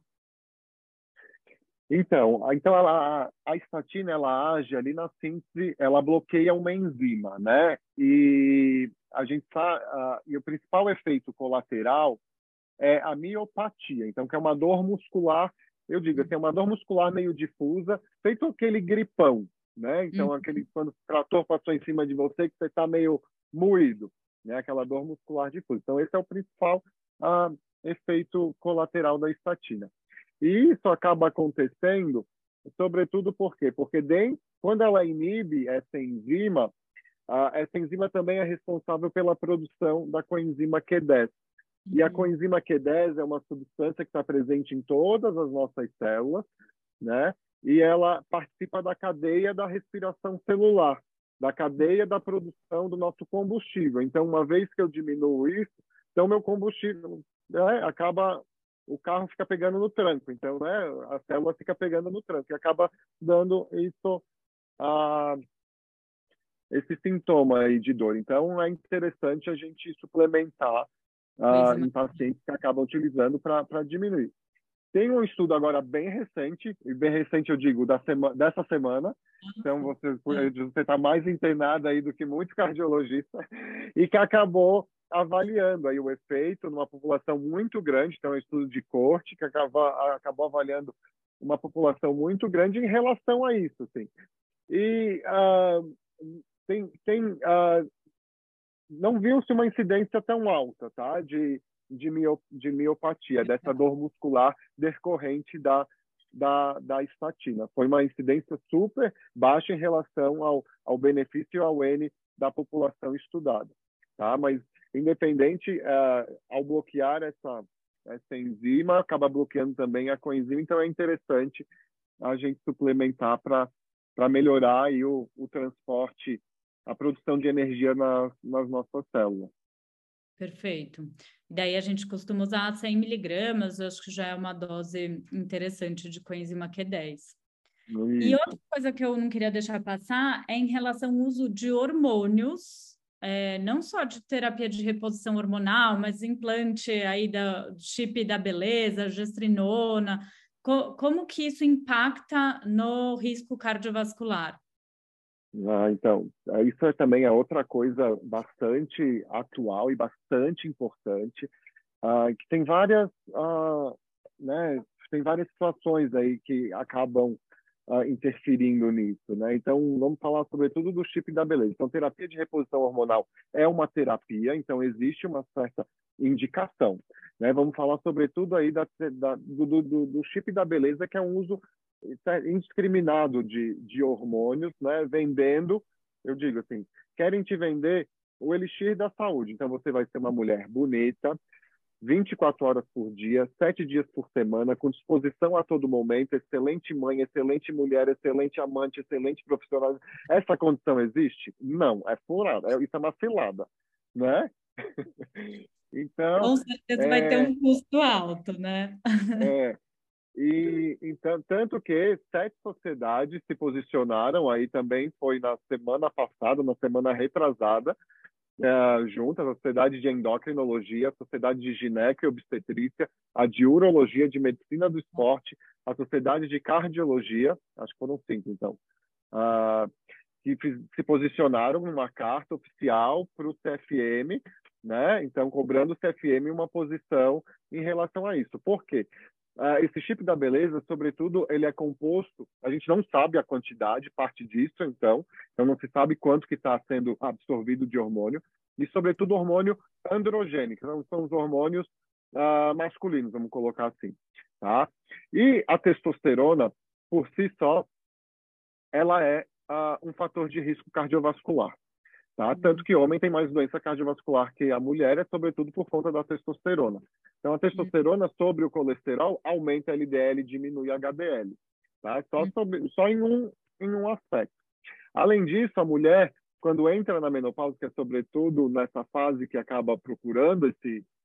Então a estatina, ela age ali na síntese, ela bloqueia uma enzima, né? E a gente sabe, e o principal efeito colateral é a miopatia, então que é uma dor muscular, eu digo, assim, é uma dor muscular meio difusa, feito aquele gripão, né? Então Uhum. aquele quando o trator passou em cima de você que você está meio moído, né? Aquela dor muscular difusa. Então esse é o principal efeito colateral da estatina. E isso acaba acontecendo, sobretudo por quê? Porque quando ela inibe essa enzima também é responsável pela produção da coenzima Q10. E a Uhum. coenzima Q10 é uma substância que está presente em todas as nossas células, né? E ela participa da cadeia da respiração celular, da cadeia da produção do nosso combustível. Então, uma vez que eu diminuo isso, então meu combustível, né, o carro fica pegando no tranco. Então, né, a célula fica pegando no tranco e acaba dando ah, esse sintoma aí de dor. Então, é interessante a gente suplementar Coenzima. em pacientes que acabam utilizando para diminuir. Tem um estudo agora bem recente, e bem recente eu digo, dessa semana, então você está mais internado aí do que muitos cardiologistas, e que acabou avaliando aí o efeito numa população muito grande, então é um estudo de corte, que acabou avaliando uma população muito grande em relação a isso, assim. E não viu-se uma incidência tão alta, tá? De miopatia, dessa dor muscular decorrente da estatina. Foi uma incidência super baixa em relação ao benefício e ao N da população estudada, tá? Mas, independente, ao bloquear essa enzima, acaba bloqueando também a coenzima, então é interessante a gente suplementar para melhorar aí o transporte, a produção de energia nas nossas células. Perfeito. Daí a gente costuma usar 100 miligramas, eu acho que já é uma dose interessante de coenzima Q10. E outra Isso. coisa que eu não queria deixar passar é em relação ao uso de hormônios, não só de terapia de reposição hormonal, mas implante aí do chip da beleza, gestrinona. Como que isso impacta no risco cardiovascular? Então, isso também é outra coisa bastante atual e bastante importante, que né, tem várias situações aí que acabam interferindo nisso, né? Então, vamos falar sobretudo do chip da beleza. Então, terapia de reposição hormonal é uma terapia, então existe uma certa indicação, né? Vamos falar sobretudo aí do chip da beleza, que é um uso indiscriminado de hormônios, né? Vendendo, eu digo assim, querem te vender o elixir da saúde. Então, você vai ser uma mulher bonita, 24 horas por dia, 7 dias por semana, com disposição a todo momento, excelente mãe, excelente mulher, excelente amante, excelente profissional. Essa condição existe? Não, é furada, isso é uma cilada, né? Então, Com certeza vai ter um custo alto, né? é, e então, tanto que 7 sociedades se posicionaram, aí também foi na semana passada, na semana retrasada, juntas, a Sociedade de Endocrinologia, a Sociedade de Gineco e Obstetrícia, a de Urologia, de Medicina do Esporte, a Sociedade de Cardiologia, acho que foram 5, então, que se posicionaram numa carta oficial para o CFM, né? Então, cobrando o CFM uma posição em relação a isso. Por quê? Esse chip da beleza, sobretudo, ele é composto, a gente não sabe a quantidade, parte disso, então não se sabe quanto que está sendo absorvido de hormônio, e sobretudo hormônio androgênico, não são os hormônios masculinos, vamos colocar assim, tá? E a testosterona, por si só, ela é um fator de risco cardiovascular. Tá? Tanto que o homem tem mais doença cardiovascular que a mulher, é sobretudo por conta da testosterona. Então, a testosterona sobre o colesterol aumenta LDL e diminui HDL. Tá? Só em um aspecto. Além disso, a mulher, quando entra na menopausa, que é sobretudo nessa fase que acaba procurando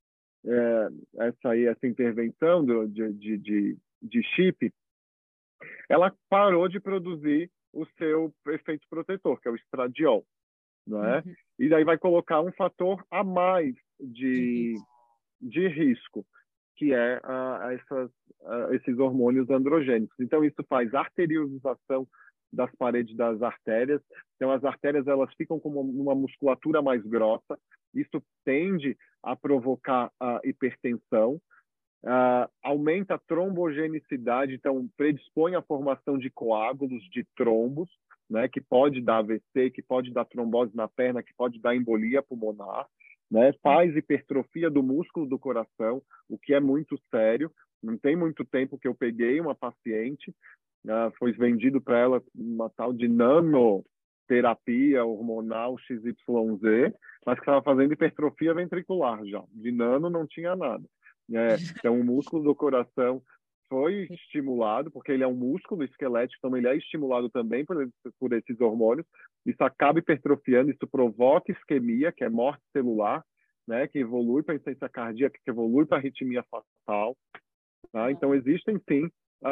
essa intervenção de chip, ela parou de produzir o seu efeito protetor, que é o estradiol. Não é? E daí vai colocar um fator a mais de risco, que é esses hormônios androgênicos. Então, isso faz arteriolização das paredes das artérias. Então, as artérias elas ficam com uma musculatura mais grossa. Isso tende a provocar a hipertensão. Aumenta a trombogenicidade, então predispõe à formação de coágulos, de trombos, né, que pode dar AVC, que pode dar trombose na perna, que pode dar embolia pulmonar, né, faz hipertrofia do músculo do coração, o que é muito sério. Não tem muito tempo que eu peguei uma paciente, foi vendido para ela uma tal de nanoterapia hormonal XYZ, mas que estava fazendo hipertrofia ventricular já. De nano não tinha nada. Então, o músculo do coração foi estimulado, porque ele é um músculo esquelético, então ele é estimulado também por esses hormônios. Isso acaba hipertrofiando, isso provoca isquemia, que é morte celular, né, que evolui para insuficiência cardíaca, que evolui para arritmia fatal. Tá? Então, existem, sim,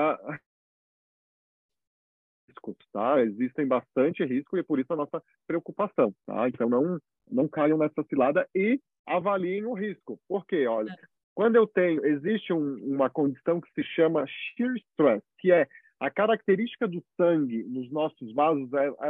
riscos, tá? Existem bastante risco e é por isso a nossa preocupação. Tá? Então, não caiam nessa cilada e avaliem o risco. Por quê? Olha, quando existe uma condição que se chama shear stress, que é a característica do sangue nos nossos vasos,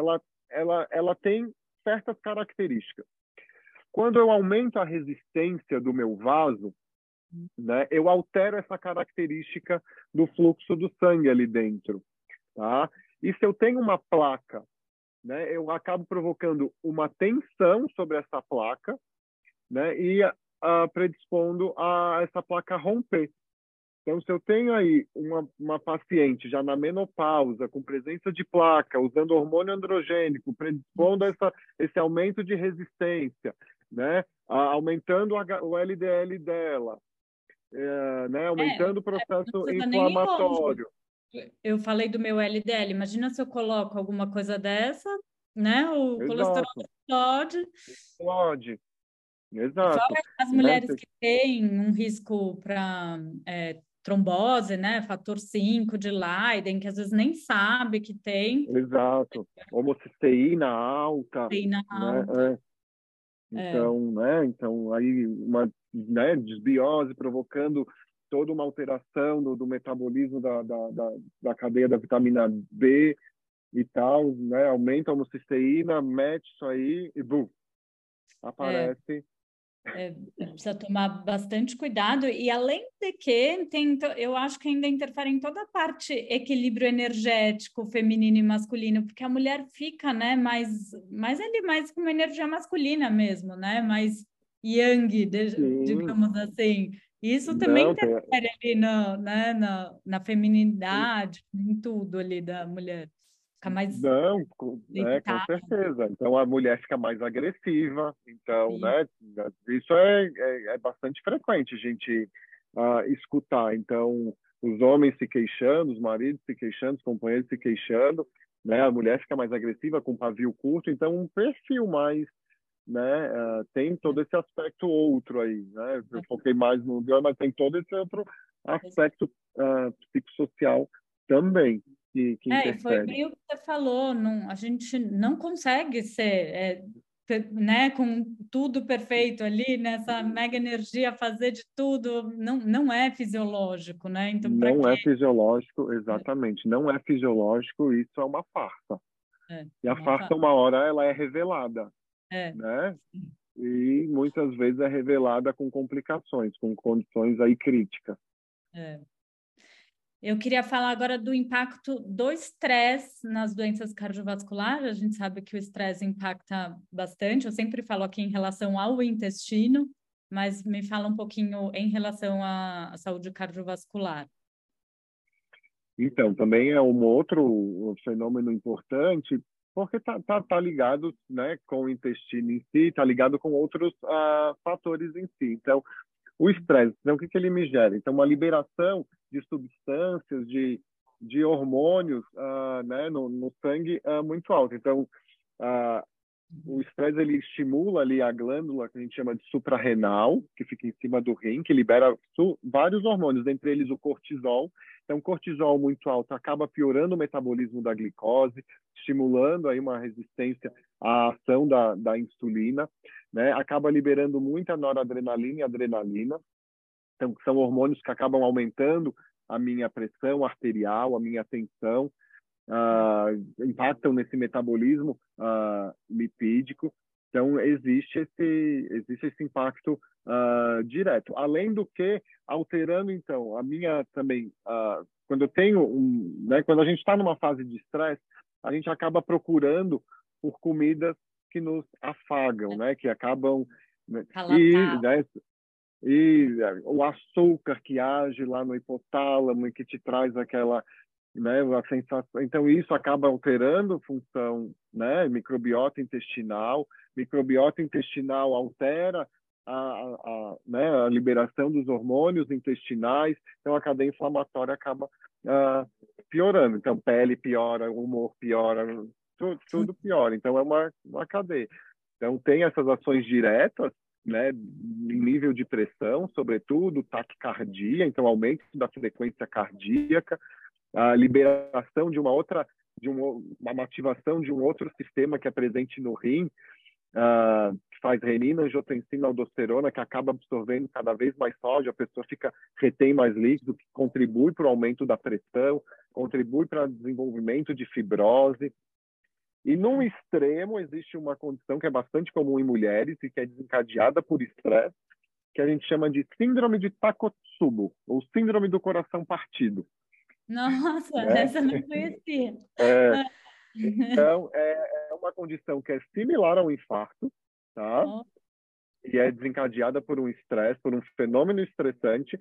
ela tem certas características. Quando eu aumento a resistência do meu vaso, né, eu altero essa característica do fluxo do sangue ali dentro. Tá? E se eu tenho uma placa, né, eu acabo provocando uma tensão sobre essa placa, né, e predispondo a essa placa romper. Então, se eu tenho aí uma paciente já na menopausa, com presença de placa, usando hormônio androgênico, predispondo a esse aumento de resistência, né, aumentando o LDL dela, né, aumentando o processo inflamatório. Eu falei do meu LDL. Imagina se eu coloco alguma coisa dessa, né? O colesterol explode. Explode. Exato. Fora as mulheres que têm um risco para trombose, né? Fator 5 de Leiden, que às vezes nem sabe que tem. Exato. Homocisteína alta. Cisteína alta. Então, né? Então, aí uma desbiose provocando toda uma alteração do metabolismo da cadeia da vitamina B e tal, né? Aumenta a homocisteína, mete isso aí e bum, aparece. Precisa tomar bastante cuidado e além de que eu acho que ainda interfere em toda a parte equilíbrio energético feminino e masculino, porque a mulher fica, né, mais com uma energia masculina mesmo, né, mais yang, digamos assim. Isso também interfere ali na feminilidade, em tudo ali da mulher. fica mais Não, com deitada. certeza. Então a mulher fica mais agressiva. Então, E, né, isso é bastante frequente a gente escutar. Então, os homens se queixando, os maridos se queixando, os companheiros se queixando, né? A mulher fica mais agressiva com pavio curto. Então, um perfil mais, né, tem todo esse aspecto outro aí, né? Eu foquei mais no bioma, mas tem todo esse outro aspecto psicossocial também que e foi interfere. bem o que você falou, não, a gente não consegue ser, né, com tudo perfeito ali, nessa mega energia, fazer de tudo, não, não é fisiológico, né? Então, para Não quê? é fisiológico, exatamente. Não é fisiológico, isso é uma farsa. É, E a uma farsa, fa... uma hora, ela é revelada, é, né? E muitas vezes é revelada com complicações, com condições aí críticas. é. Eu queria falar agora do impacto do estresse nas doenças cardiovasculares. A gente sabe que o estresse impacta bastante. Eu sempre falo aqui em relação ao intestino, mas me fala um pouquinho em relação à saúde cardiovascular. Então, também é um outro fenômeno importante, porque tá ligado, né, com o intestino em si, tá ligado com outros fatores em si. Então, o estresse, então, o que ele me gera? Então, uma liberação de substâncias, de hormônios, né, no sangue muito alto. Então, ah, o estresse ele estimula ali a glândula que a gente chama de suprarrenal, que fica em cima do rim, que libera vários hormônios, dentre eles o cortisol. Então, cortisol muito alto acaba piorando o metabolismo da glicose, estimulando aí uma resistência à ação da insulina, né? Acaba liberando muita noradrenalina e adrenalina. Então, são hormônios que acabam aumentando a minha pressão arterial, a minha tensão, impactam nesse metabolismo lipídico. Então, existe esse impacto direto. Além do que, alterando, então, a minha também... quando eu tenho né, quando a gente está numa fase de estresse, a gente acaba procurando por comidas que nos afagam, né, que acabam... Né, Palatável. né, e o açúcar que age lá no hipotálamo e que te traz aquela, né, a sensação. Então isso acaba alterando a função, né, microbiota intestinal altera né, a liberação dos hormônios intestinais, então a cadeia inflamatória acaba piorando. Então pele piora, humor piora, tudo piora. Então é uma cadeia. Então tem essas ações diretas, né, em nível de pressão, sobretudo taquicardia, então aumento da frequência cardíaca, a liberação de uma ativação de um outro sistema que é presente no rim, que faz renina, angiotensina, aldosterona, que acaba absorvendo cada vez mais sódio, a pessoa retém mais líquido, que contribui para o aumento da pressão, contribui para o desenvolvimento de fibrose. E num extremo existe uma condição que é bastante comum em mulheres e que é desencadeada por estresse, que a gente chama de síndrome de Takotsubo, ou síndrome do coração partido, Nossa, né? essa eu não conhecia. É, então, é uma condição que é similar ao infarto, tá? Oh, E é desencadeada por um estresse, por um fenômeno estressante.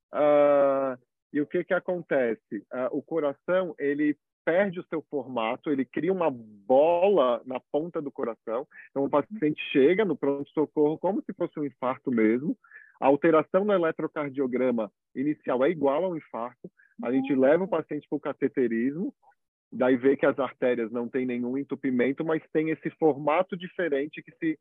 E o que acontece? O coração, ele perde o seu formato, ele cria uma bola na ponta do coração. Então, o paciente chega no pronto-socorro como se fosse um infarto mesmo. A alteração no eletrocardiograma inicial é igual ao infarto. A gente leva o paciente para o cateterismo, daí vê que as artérias não têm nenhum entupimento, mas tem esse formato diferente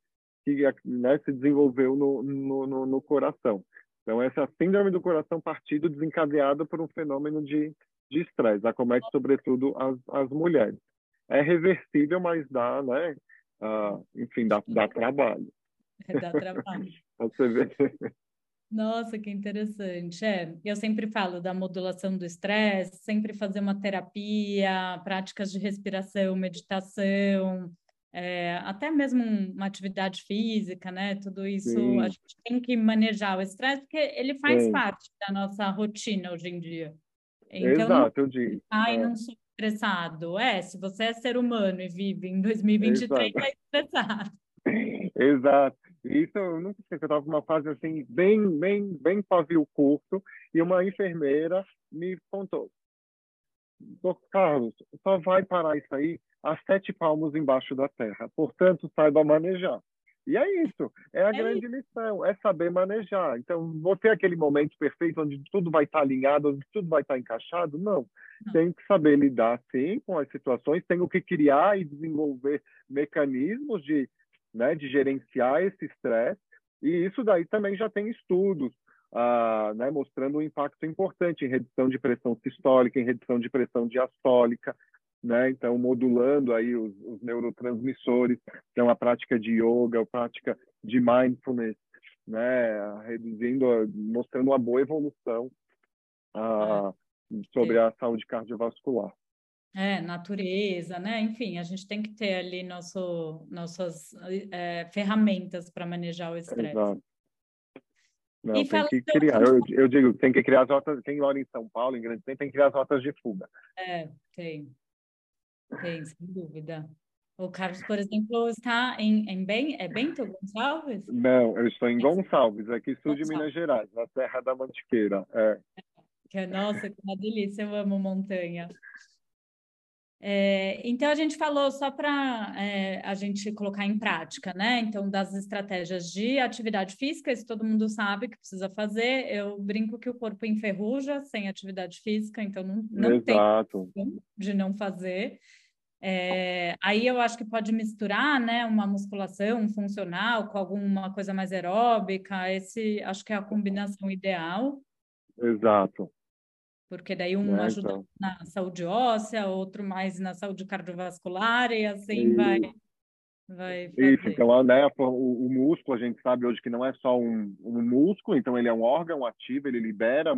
né, se desenvolveu no coração. Então, essa é a síndrome do coração partido desencadeada por um fenômeno de estresse. Acomete, sobretudo, as mulheres. É reversível, mas dá, né? Enfim, dá trabalho. dá trabalho. Você vê. Nossa, que interessante. Eu sempre falo da modulação do estresse, sempre fazer uma terapia, práticas de respiração, meditação, até mesmo uma atividade física, né? Tudo isso a Sim, gente tem que manejar o estresse, porque ele faz tem. parte da nossa rotina hoje em dia. Então, não Exato, eu digo. ai, não sou estressado. Se você é ser humano e vive em 2023, Exato. é estressado. Exato. Isso eu nunca esqueci. Eu estava numa fase assim, bem pavio curto, e uma enfermeira me contou. Doutor Carlos, só vai parar isso aí a 7 palmos embaixo da terra. Portanto, saiba manejar. E é isso, é a É grande lição, é saber manejar. Então, você aquele momento perfeito onde tudo vai estar alinhado, onde tudo vai estar encaixado? Não. Tem que saber lidar, sim, com as situações, tem que criar e desenvolver mecanismos de gerenciar esse estresse. E isso daí também já tem estudos, mostrando um impacto importante em redução de pressão sistólica, em redução de pressão diastólica, né? Então, modulando aí os neurotransmissores. Então, a prática de yoga, a prática de mindfulness, né? Reduzindo, mostrando uma boa evolução é, sobre a saúde cardiovascular. natureza, né? Enfim, a gente tem que ter ali nossas ferramentas para manejar o estresse. Exato. Não, E tem falando, que criar. Eu digo, tem que criar as rotas. Quem mora em São Paulo, em Grande Tempo, tem que criar as rotas de fuga. tem, sem dúvida. O Carlos, por exemplo, está é Bento Gonçalves? Não, eu estou em Gonçalves, aqui sul de Gonçalves. Minas Gerais, na Serra da Mantiqueira. Nossa, que uma delícia, eu amo montanha. Então, a gente falou só para a gente colocar em prática, né? Então, das estratégias de atividade física, isso todo mundo sabe que precisa fazer. Eu brinco que o corpo enferruja sem atividade física, então não tem Exato. de não fazer. Aí eu acho que pode misturar, né, uma musculação funcional com alguma coisa mais aeróbica. Acho que é a combinação ideal, Exato. porque daí um ajuda Então, na saúde óssea, outro mais na saúde cardiovascular e assim e, vai isso, fazer. então, o músculo, a gente sabe hoje que não é só um músculo, então ele é um órgão ativo, ele libera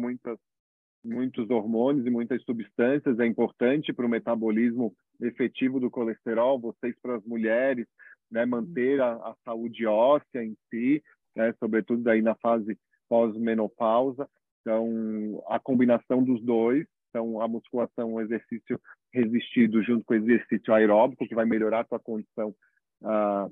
muitos hormônios e muitas substâncias, é importante para o metabolismo efetivo do colesterol, vocês para as mulheres, né, manter a saúde óssea em si, né, sobretudo daí na fase pós-menopausa. Então, a combinação dos dois, então a musculação, o exercício resistido junto com o exercício aeróbico, que vai melhorar a sua condição ah,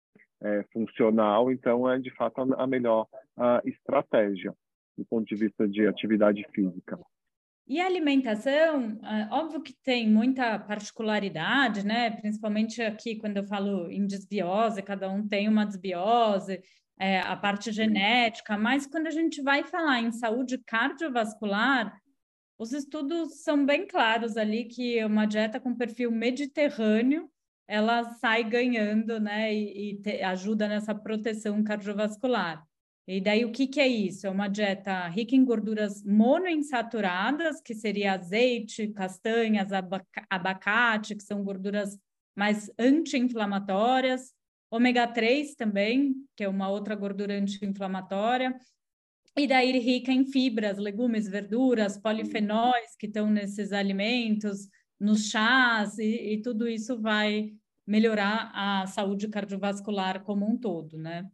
funcional, então é de fato a melhor estratégia do ponto de vista de atividade física. E a alimentação, óbvio que tem muita particularidade, né? Principalmente aqui, quando eu falo em desbiose, cada um tem uma desbiose, a parte genética, mas quando a gente vai falar em saúde cardiovascular, os estudos são bem claros ali que uma dieta com perfil mediterrâneo, ela sai ganhando, né? E ajuda nessa proteção cardiovascular. E daí, o que que é isso? É uma dieta rica em gorduras monoinsaturadas, que seria azeite, castanhas, abacate, que são gorduras mais anti-inflamatórias, ômega 3 também, que é uma outra gordura anti-inflamatória, e daí rica em fibras, legumes, verduras, polifenóis que estão nesses alimentos, nos chás, e tudo isso vai melhorar a saúde cardiovascular como um todo, né?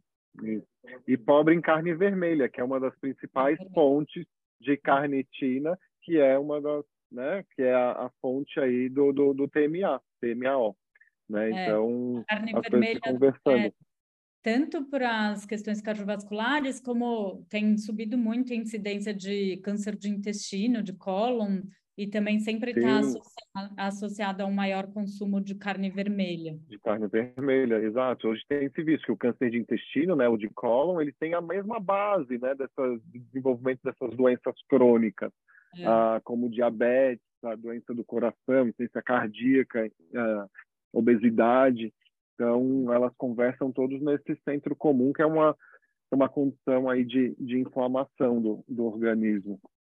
E pobre em carne vermelha, que é uma das principais fontes de carnitina, que é uma das, né, que é a fonte aí do TMAO, né? Então, A carne as coisas se vermelha conversando. tanto para as questões cardiovasculares, como tem subido muito a incidência de câncer de intestino, de cólon, e também sempre está Sim, associado a um maior consumo de carne vermelha. de carne vermelha, exato. Hoje tem se visto que o câncer de intestino, né, o de cólon, ele tem a mesma base, né, de desenvolvimento dessas doenças crônicas, como diabetes, a doença do coração, insuficiência cardíaca, obesidade. Então, elas conversam todos nesse centro comum, que é uma condição aí de inflamação do organismo.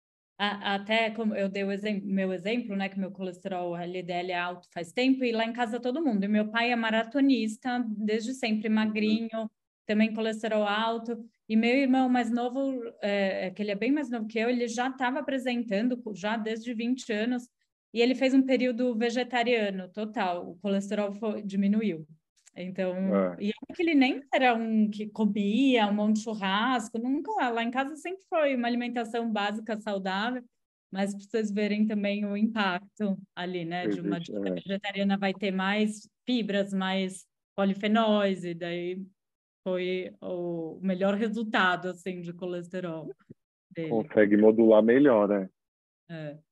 Até como eu dei meu exemplo, né, que meu colesterol LDL é alto faz tempo, e lá em casa todo mundo. E meu pai é maratonista, desde sempre magrinho, também colesterol alto. E meu irmão mais novo, que ele é bem mais novo que eu, ele já estava apresentando, já desde 20 anos, e ele fez um período vegetariano total, o colesterol diminuiu. Então, e olha que ele nem era um que comia um monte de churrasco, nunca, lá em casa sempre foi uma alimentação básica saudável, mas para vocês verem também o impacto ali, né, de uma Existe, dieta vegetariana vai ter mais fibras, mais polifenóis, e daí foi o melhor resultado, assim, de colesterol dele. consegue modular melhor, né?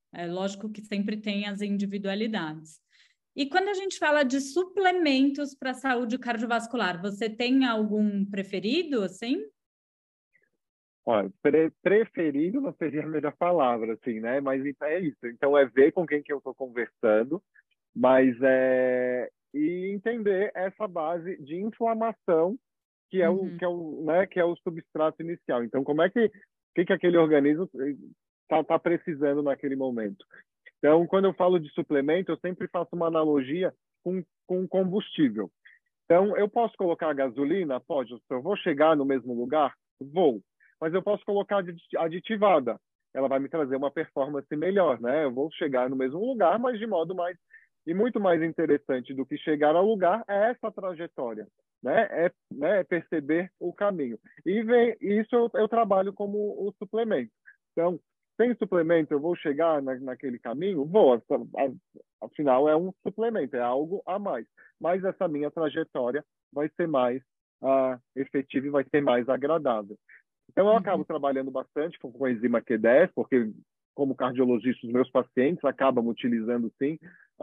É lógico que sempre tem as individualidades. E quando a gente fala de suplementos para a saúde cardiovascular, você tem algum preferido, assim? Olha, preferido não seria a melhor palavra, assim, né? Mas então é isso. Então é ver com quem que eu estou conversando, mas e entender essa base de inflamação que é o substrato inicial. Então, como é que aquele organismo tá precisando naquele momento? Então, quando eu falo de suplemento, eu sempre faço uma analogia com combustível. Então, eu posso colocar gasolina? Pode. Eu vou chegar no mesmo lugar? Vou. Mas eu posso colocar aditivada. Ela vai me trazer uma performance melhor, né? Eu vou chegar no mesmo lugar, mas de modo mais... E muito mais interessante do que chegar ao lugar é essa trajetória, né? É perceber o caminho. E isso eu trabalho como o suplemento. Então, sem suplemento, eu vou chegar naquele caminho? Vou. Afinal, é um suplemento, é algo a mais. Mas essa minha trajetória vai ser mais efetiva e vai ser mais agradável. Então, eu acabo trabalhando bastante com a enzima Q10, porque, como cardiologista, os meus pacientes acabam utilizando, sim,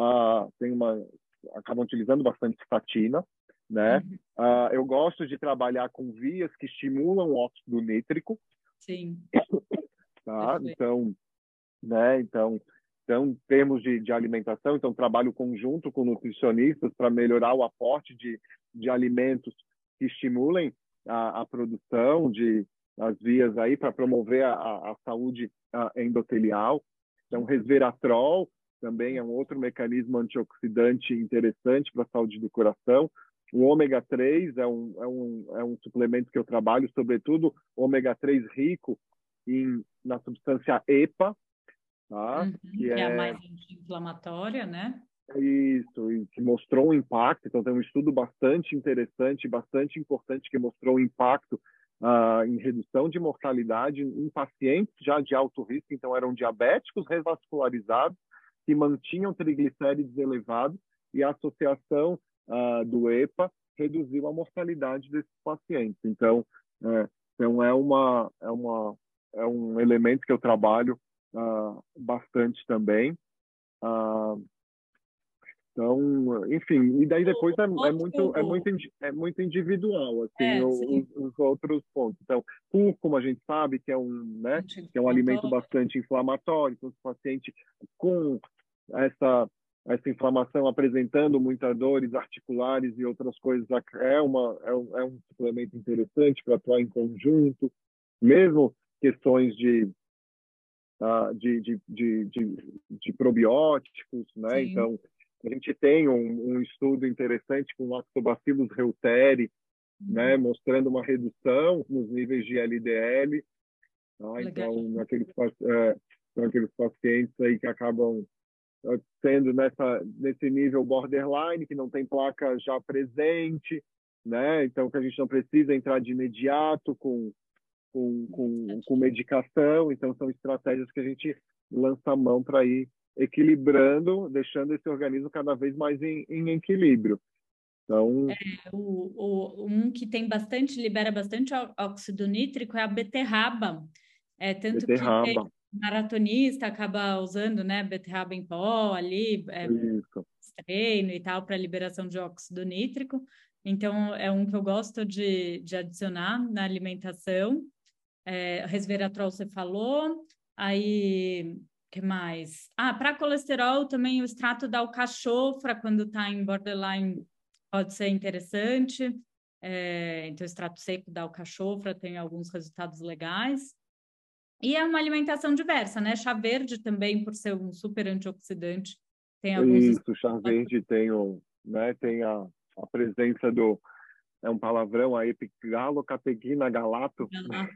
acabam utilizando bastante statina, né? Eu gosto de trabalhar com vias que estimulam o óxido nítrico. Sim. Tá? Então, né? Então, em termos de alimentação, então trabalho conjunto com nutricionistas para melhorar o aporte de alimentos que estimulem a produção as vias aí para promover a saúde endotelial. Então, resveratrol também é um outro mecanismo antioxidante interessante para a saúde do coração. O ômega 3 é um suplemento que eu trabalho, sobretudo ômega 3 rico na substância EPA, tá? Que é a mais anti-inflamatória, né? Isso, e que mostrou um impacto. Então, tem um estudo bastante interessante, bastante importante, que mostrou o impacto em redução de mortalidade em pacientes já de alto risco. Então, eram diabéticos revascularizados que mantinham triglicérides elevados, e a associação do EPA reduziu a mortalidade desses pacientes. Então, é um elemento que eu trabalho bastante também. Então, enfim, e daí depois é muito individual, assim, os outros pontos. Então, cúrcuma, a gente sabe que que é um alimento bastante inflamatório. Então, se o paciente com essa inflamação apresentando muitas dores articulares e outras coisas, é um suplemento interessante para atuar em conjunto. Mesmo questões de probióticos, né? Sim. Então, a gente tem um estudo interessante com Lactobacillus reuteri, né? Mostrando uma redução nos níveis de LDL. Tá? Então, naqueles pacientes aí que acabam sendo nesse nível borderline, que não tem placa já presente, né? Então, que a gente não precisa entrar de imediato com medicação. Então, são estratégias que a gente lança a mão para ir equilibrando, deixando esse organismo cada vez mais em equilíbrio. Então, um que tem libera bastante óxido nítrico é a beterraba. Tanto beterraba. que maratonista acaba usando, né, beterraba em pó ali, treino e tal, para liberação de óxido nítrico. Então, é um que eu gosto de adicionar na alimentação. Resveratrol você falou. Aí, que mais? Para colesterol também o extrato da alcachofra, quando está em borderline, pode ser interessante. Então, o extrato seco da alcachofra tem alguns resultados legais. E é uma alimentação diversa, né? Chá verde também, por ser um super antioxidante, tem alguns... Isso, chá verde tem a presença do... É um palavrão, a epigalocatequina galato,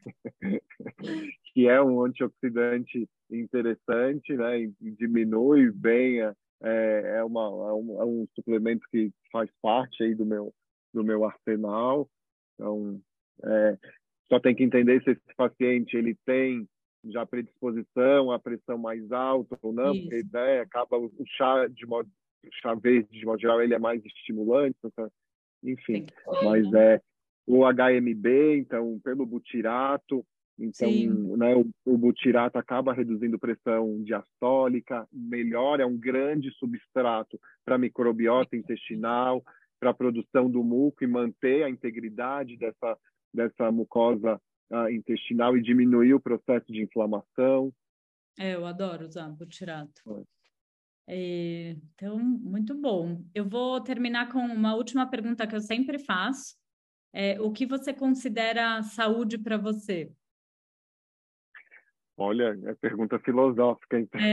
que é um antioxidante interessante, né? E diminui bem, é um suplemento que faz parte aí do meu arsenal. Então, só tem que entender se esse paciente ele tem já predisposição à pressão mais alta ou não, porque acaba o chá verde, de modo geral, ele é mais estimulante, enfim. Mas o HMB, então, pelo butirato, Então, né, o butirato acaba reduzindo pressão diastólica, melhora, é um grande substrato para a microbiota intestinal, para a produção do muco e manter a integridade dessa mucosa intestinal e diminuir o processo de inflamação. Eu adoro usar butirato. Então, muito bom. Eu vou terminar com uma última pergunta que eu sempre faço. O que você considera saúde para você? Olha, é pergunta filosófica, então.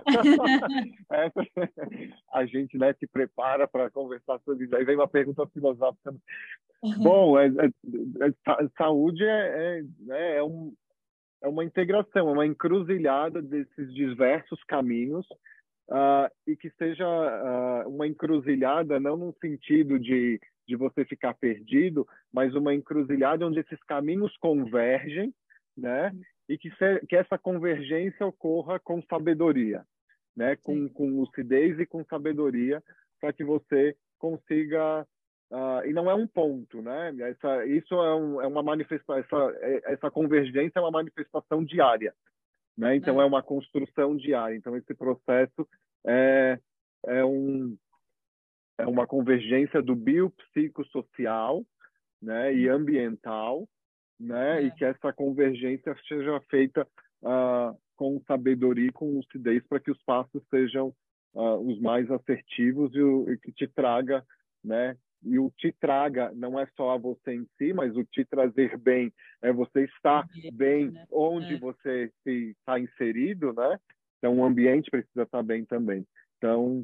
A gente, né, se prepara para conversar sobre isso. Aí vem uma pergunta filosófica. Bom, saúde é uma integração, é uma encruzilhada desses diversos caminhos, e que seja uma encruzilhada não no sentido de você ficar perdido, mas uma encruzilhada onde esses caminhos convergem, né? E que essa convergência ocorra com sabedoria, né? Com lucidez e com sabedoria, para que você consiga... e não é um ponto, né? Isso é uma manifestação, essa convergência é uma manifestação diária, né? Então, é uma construção diária. Então, esse processo é uma convergência do biopsicossocial, né? E ambiental, né? E que essa convergência seja feita com sabedoria e com lucidez para que os passos sejam os mais assertivos e que te traga, né? E o te traga não é só a você em si, mas o te trazer bem é você estar bem onde você está inserido, né? Então, o ambiente precisa estar bem também. Então,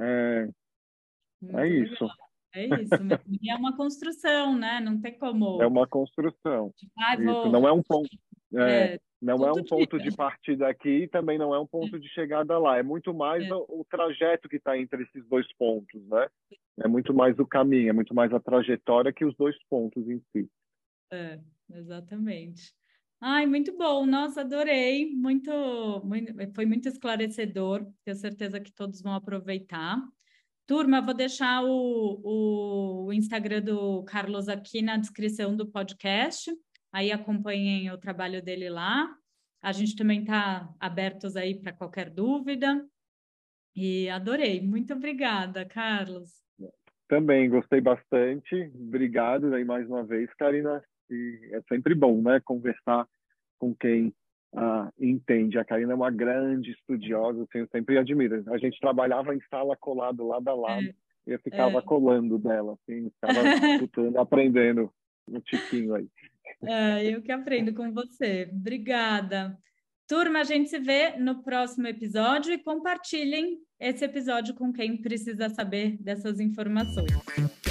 é isso. Legal. É isso mesmo. E é uma construção, né? Não tem como... É uma construção. Isso não é um ponto... não é um ponto de partida aqui e também não é um ponto de chegada lá. É muito mais o trajeto que está entre esses dois pontos, né? É muito mais o caminho, é muito mais a trajetória que os dois pontos em si. Exatamente. Ai, muito bom. Nossa, adorei. Foi muito esclarecedor. Tenho certeza que todos vão aproveitar. Turma, vou deixar o Instagram do Carlos aqui na descrição do podcast. Aí acompanhem o trabalho dele lá. A gente também está abertos aí para qualquer dúvida. E adorei. Muito obrigada, Carlos. Também gostei bastante. Obrigado aí mais uma vez, Karina. E é sempre bom, né, conversar com quem entende. A Karina é uma grande estudiosa, assim, eu sempre admiro. A gente trabalhava em sala colado, lado a lado, e eu ficava colando dela, assim, ficava escutando, aprendendo um tiquinho aí. Eu que aprendo com você. Obrigada. Turma, a gente se vê no próximo episódio e compartilhem esse episódio com quem precisa saber dessas informações.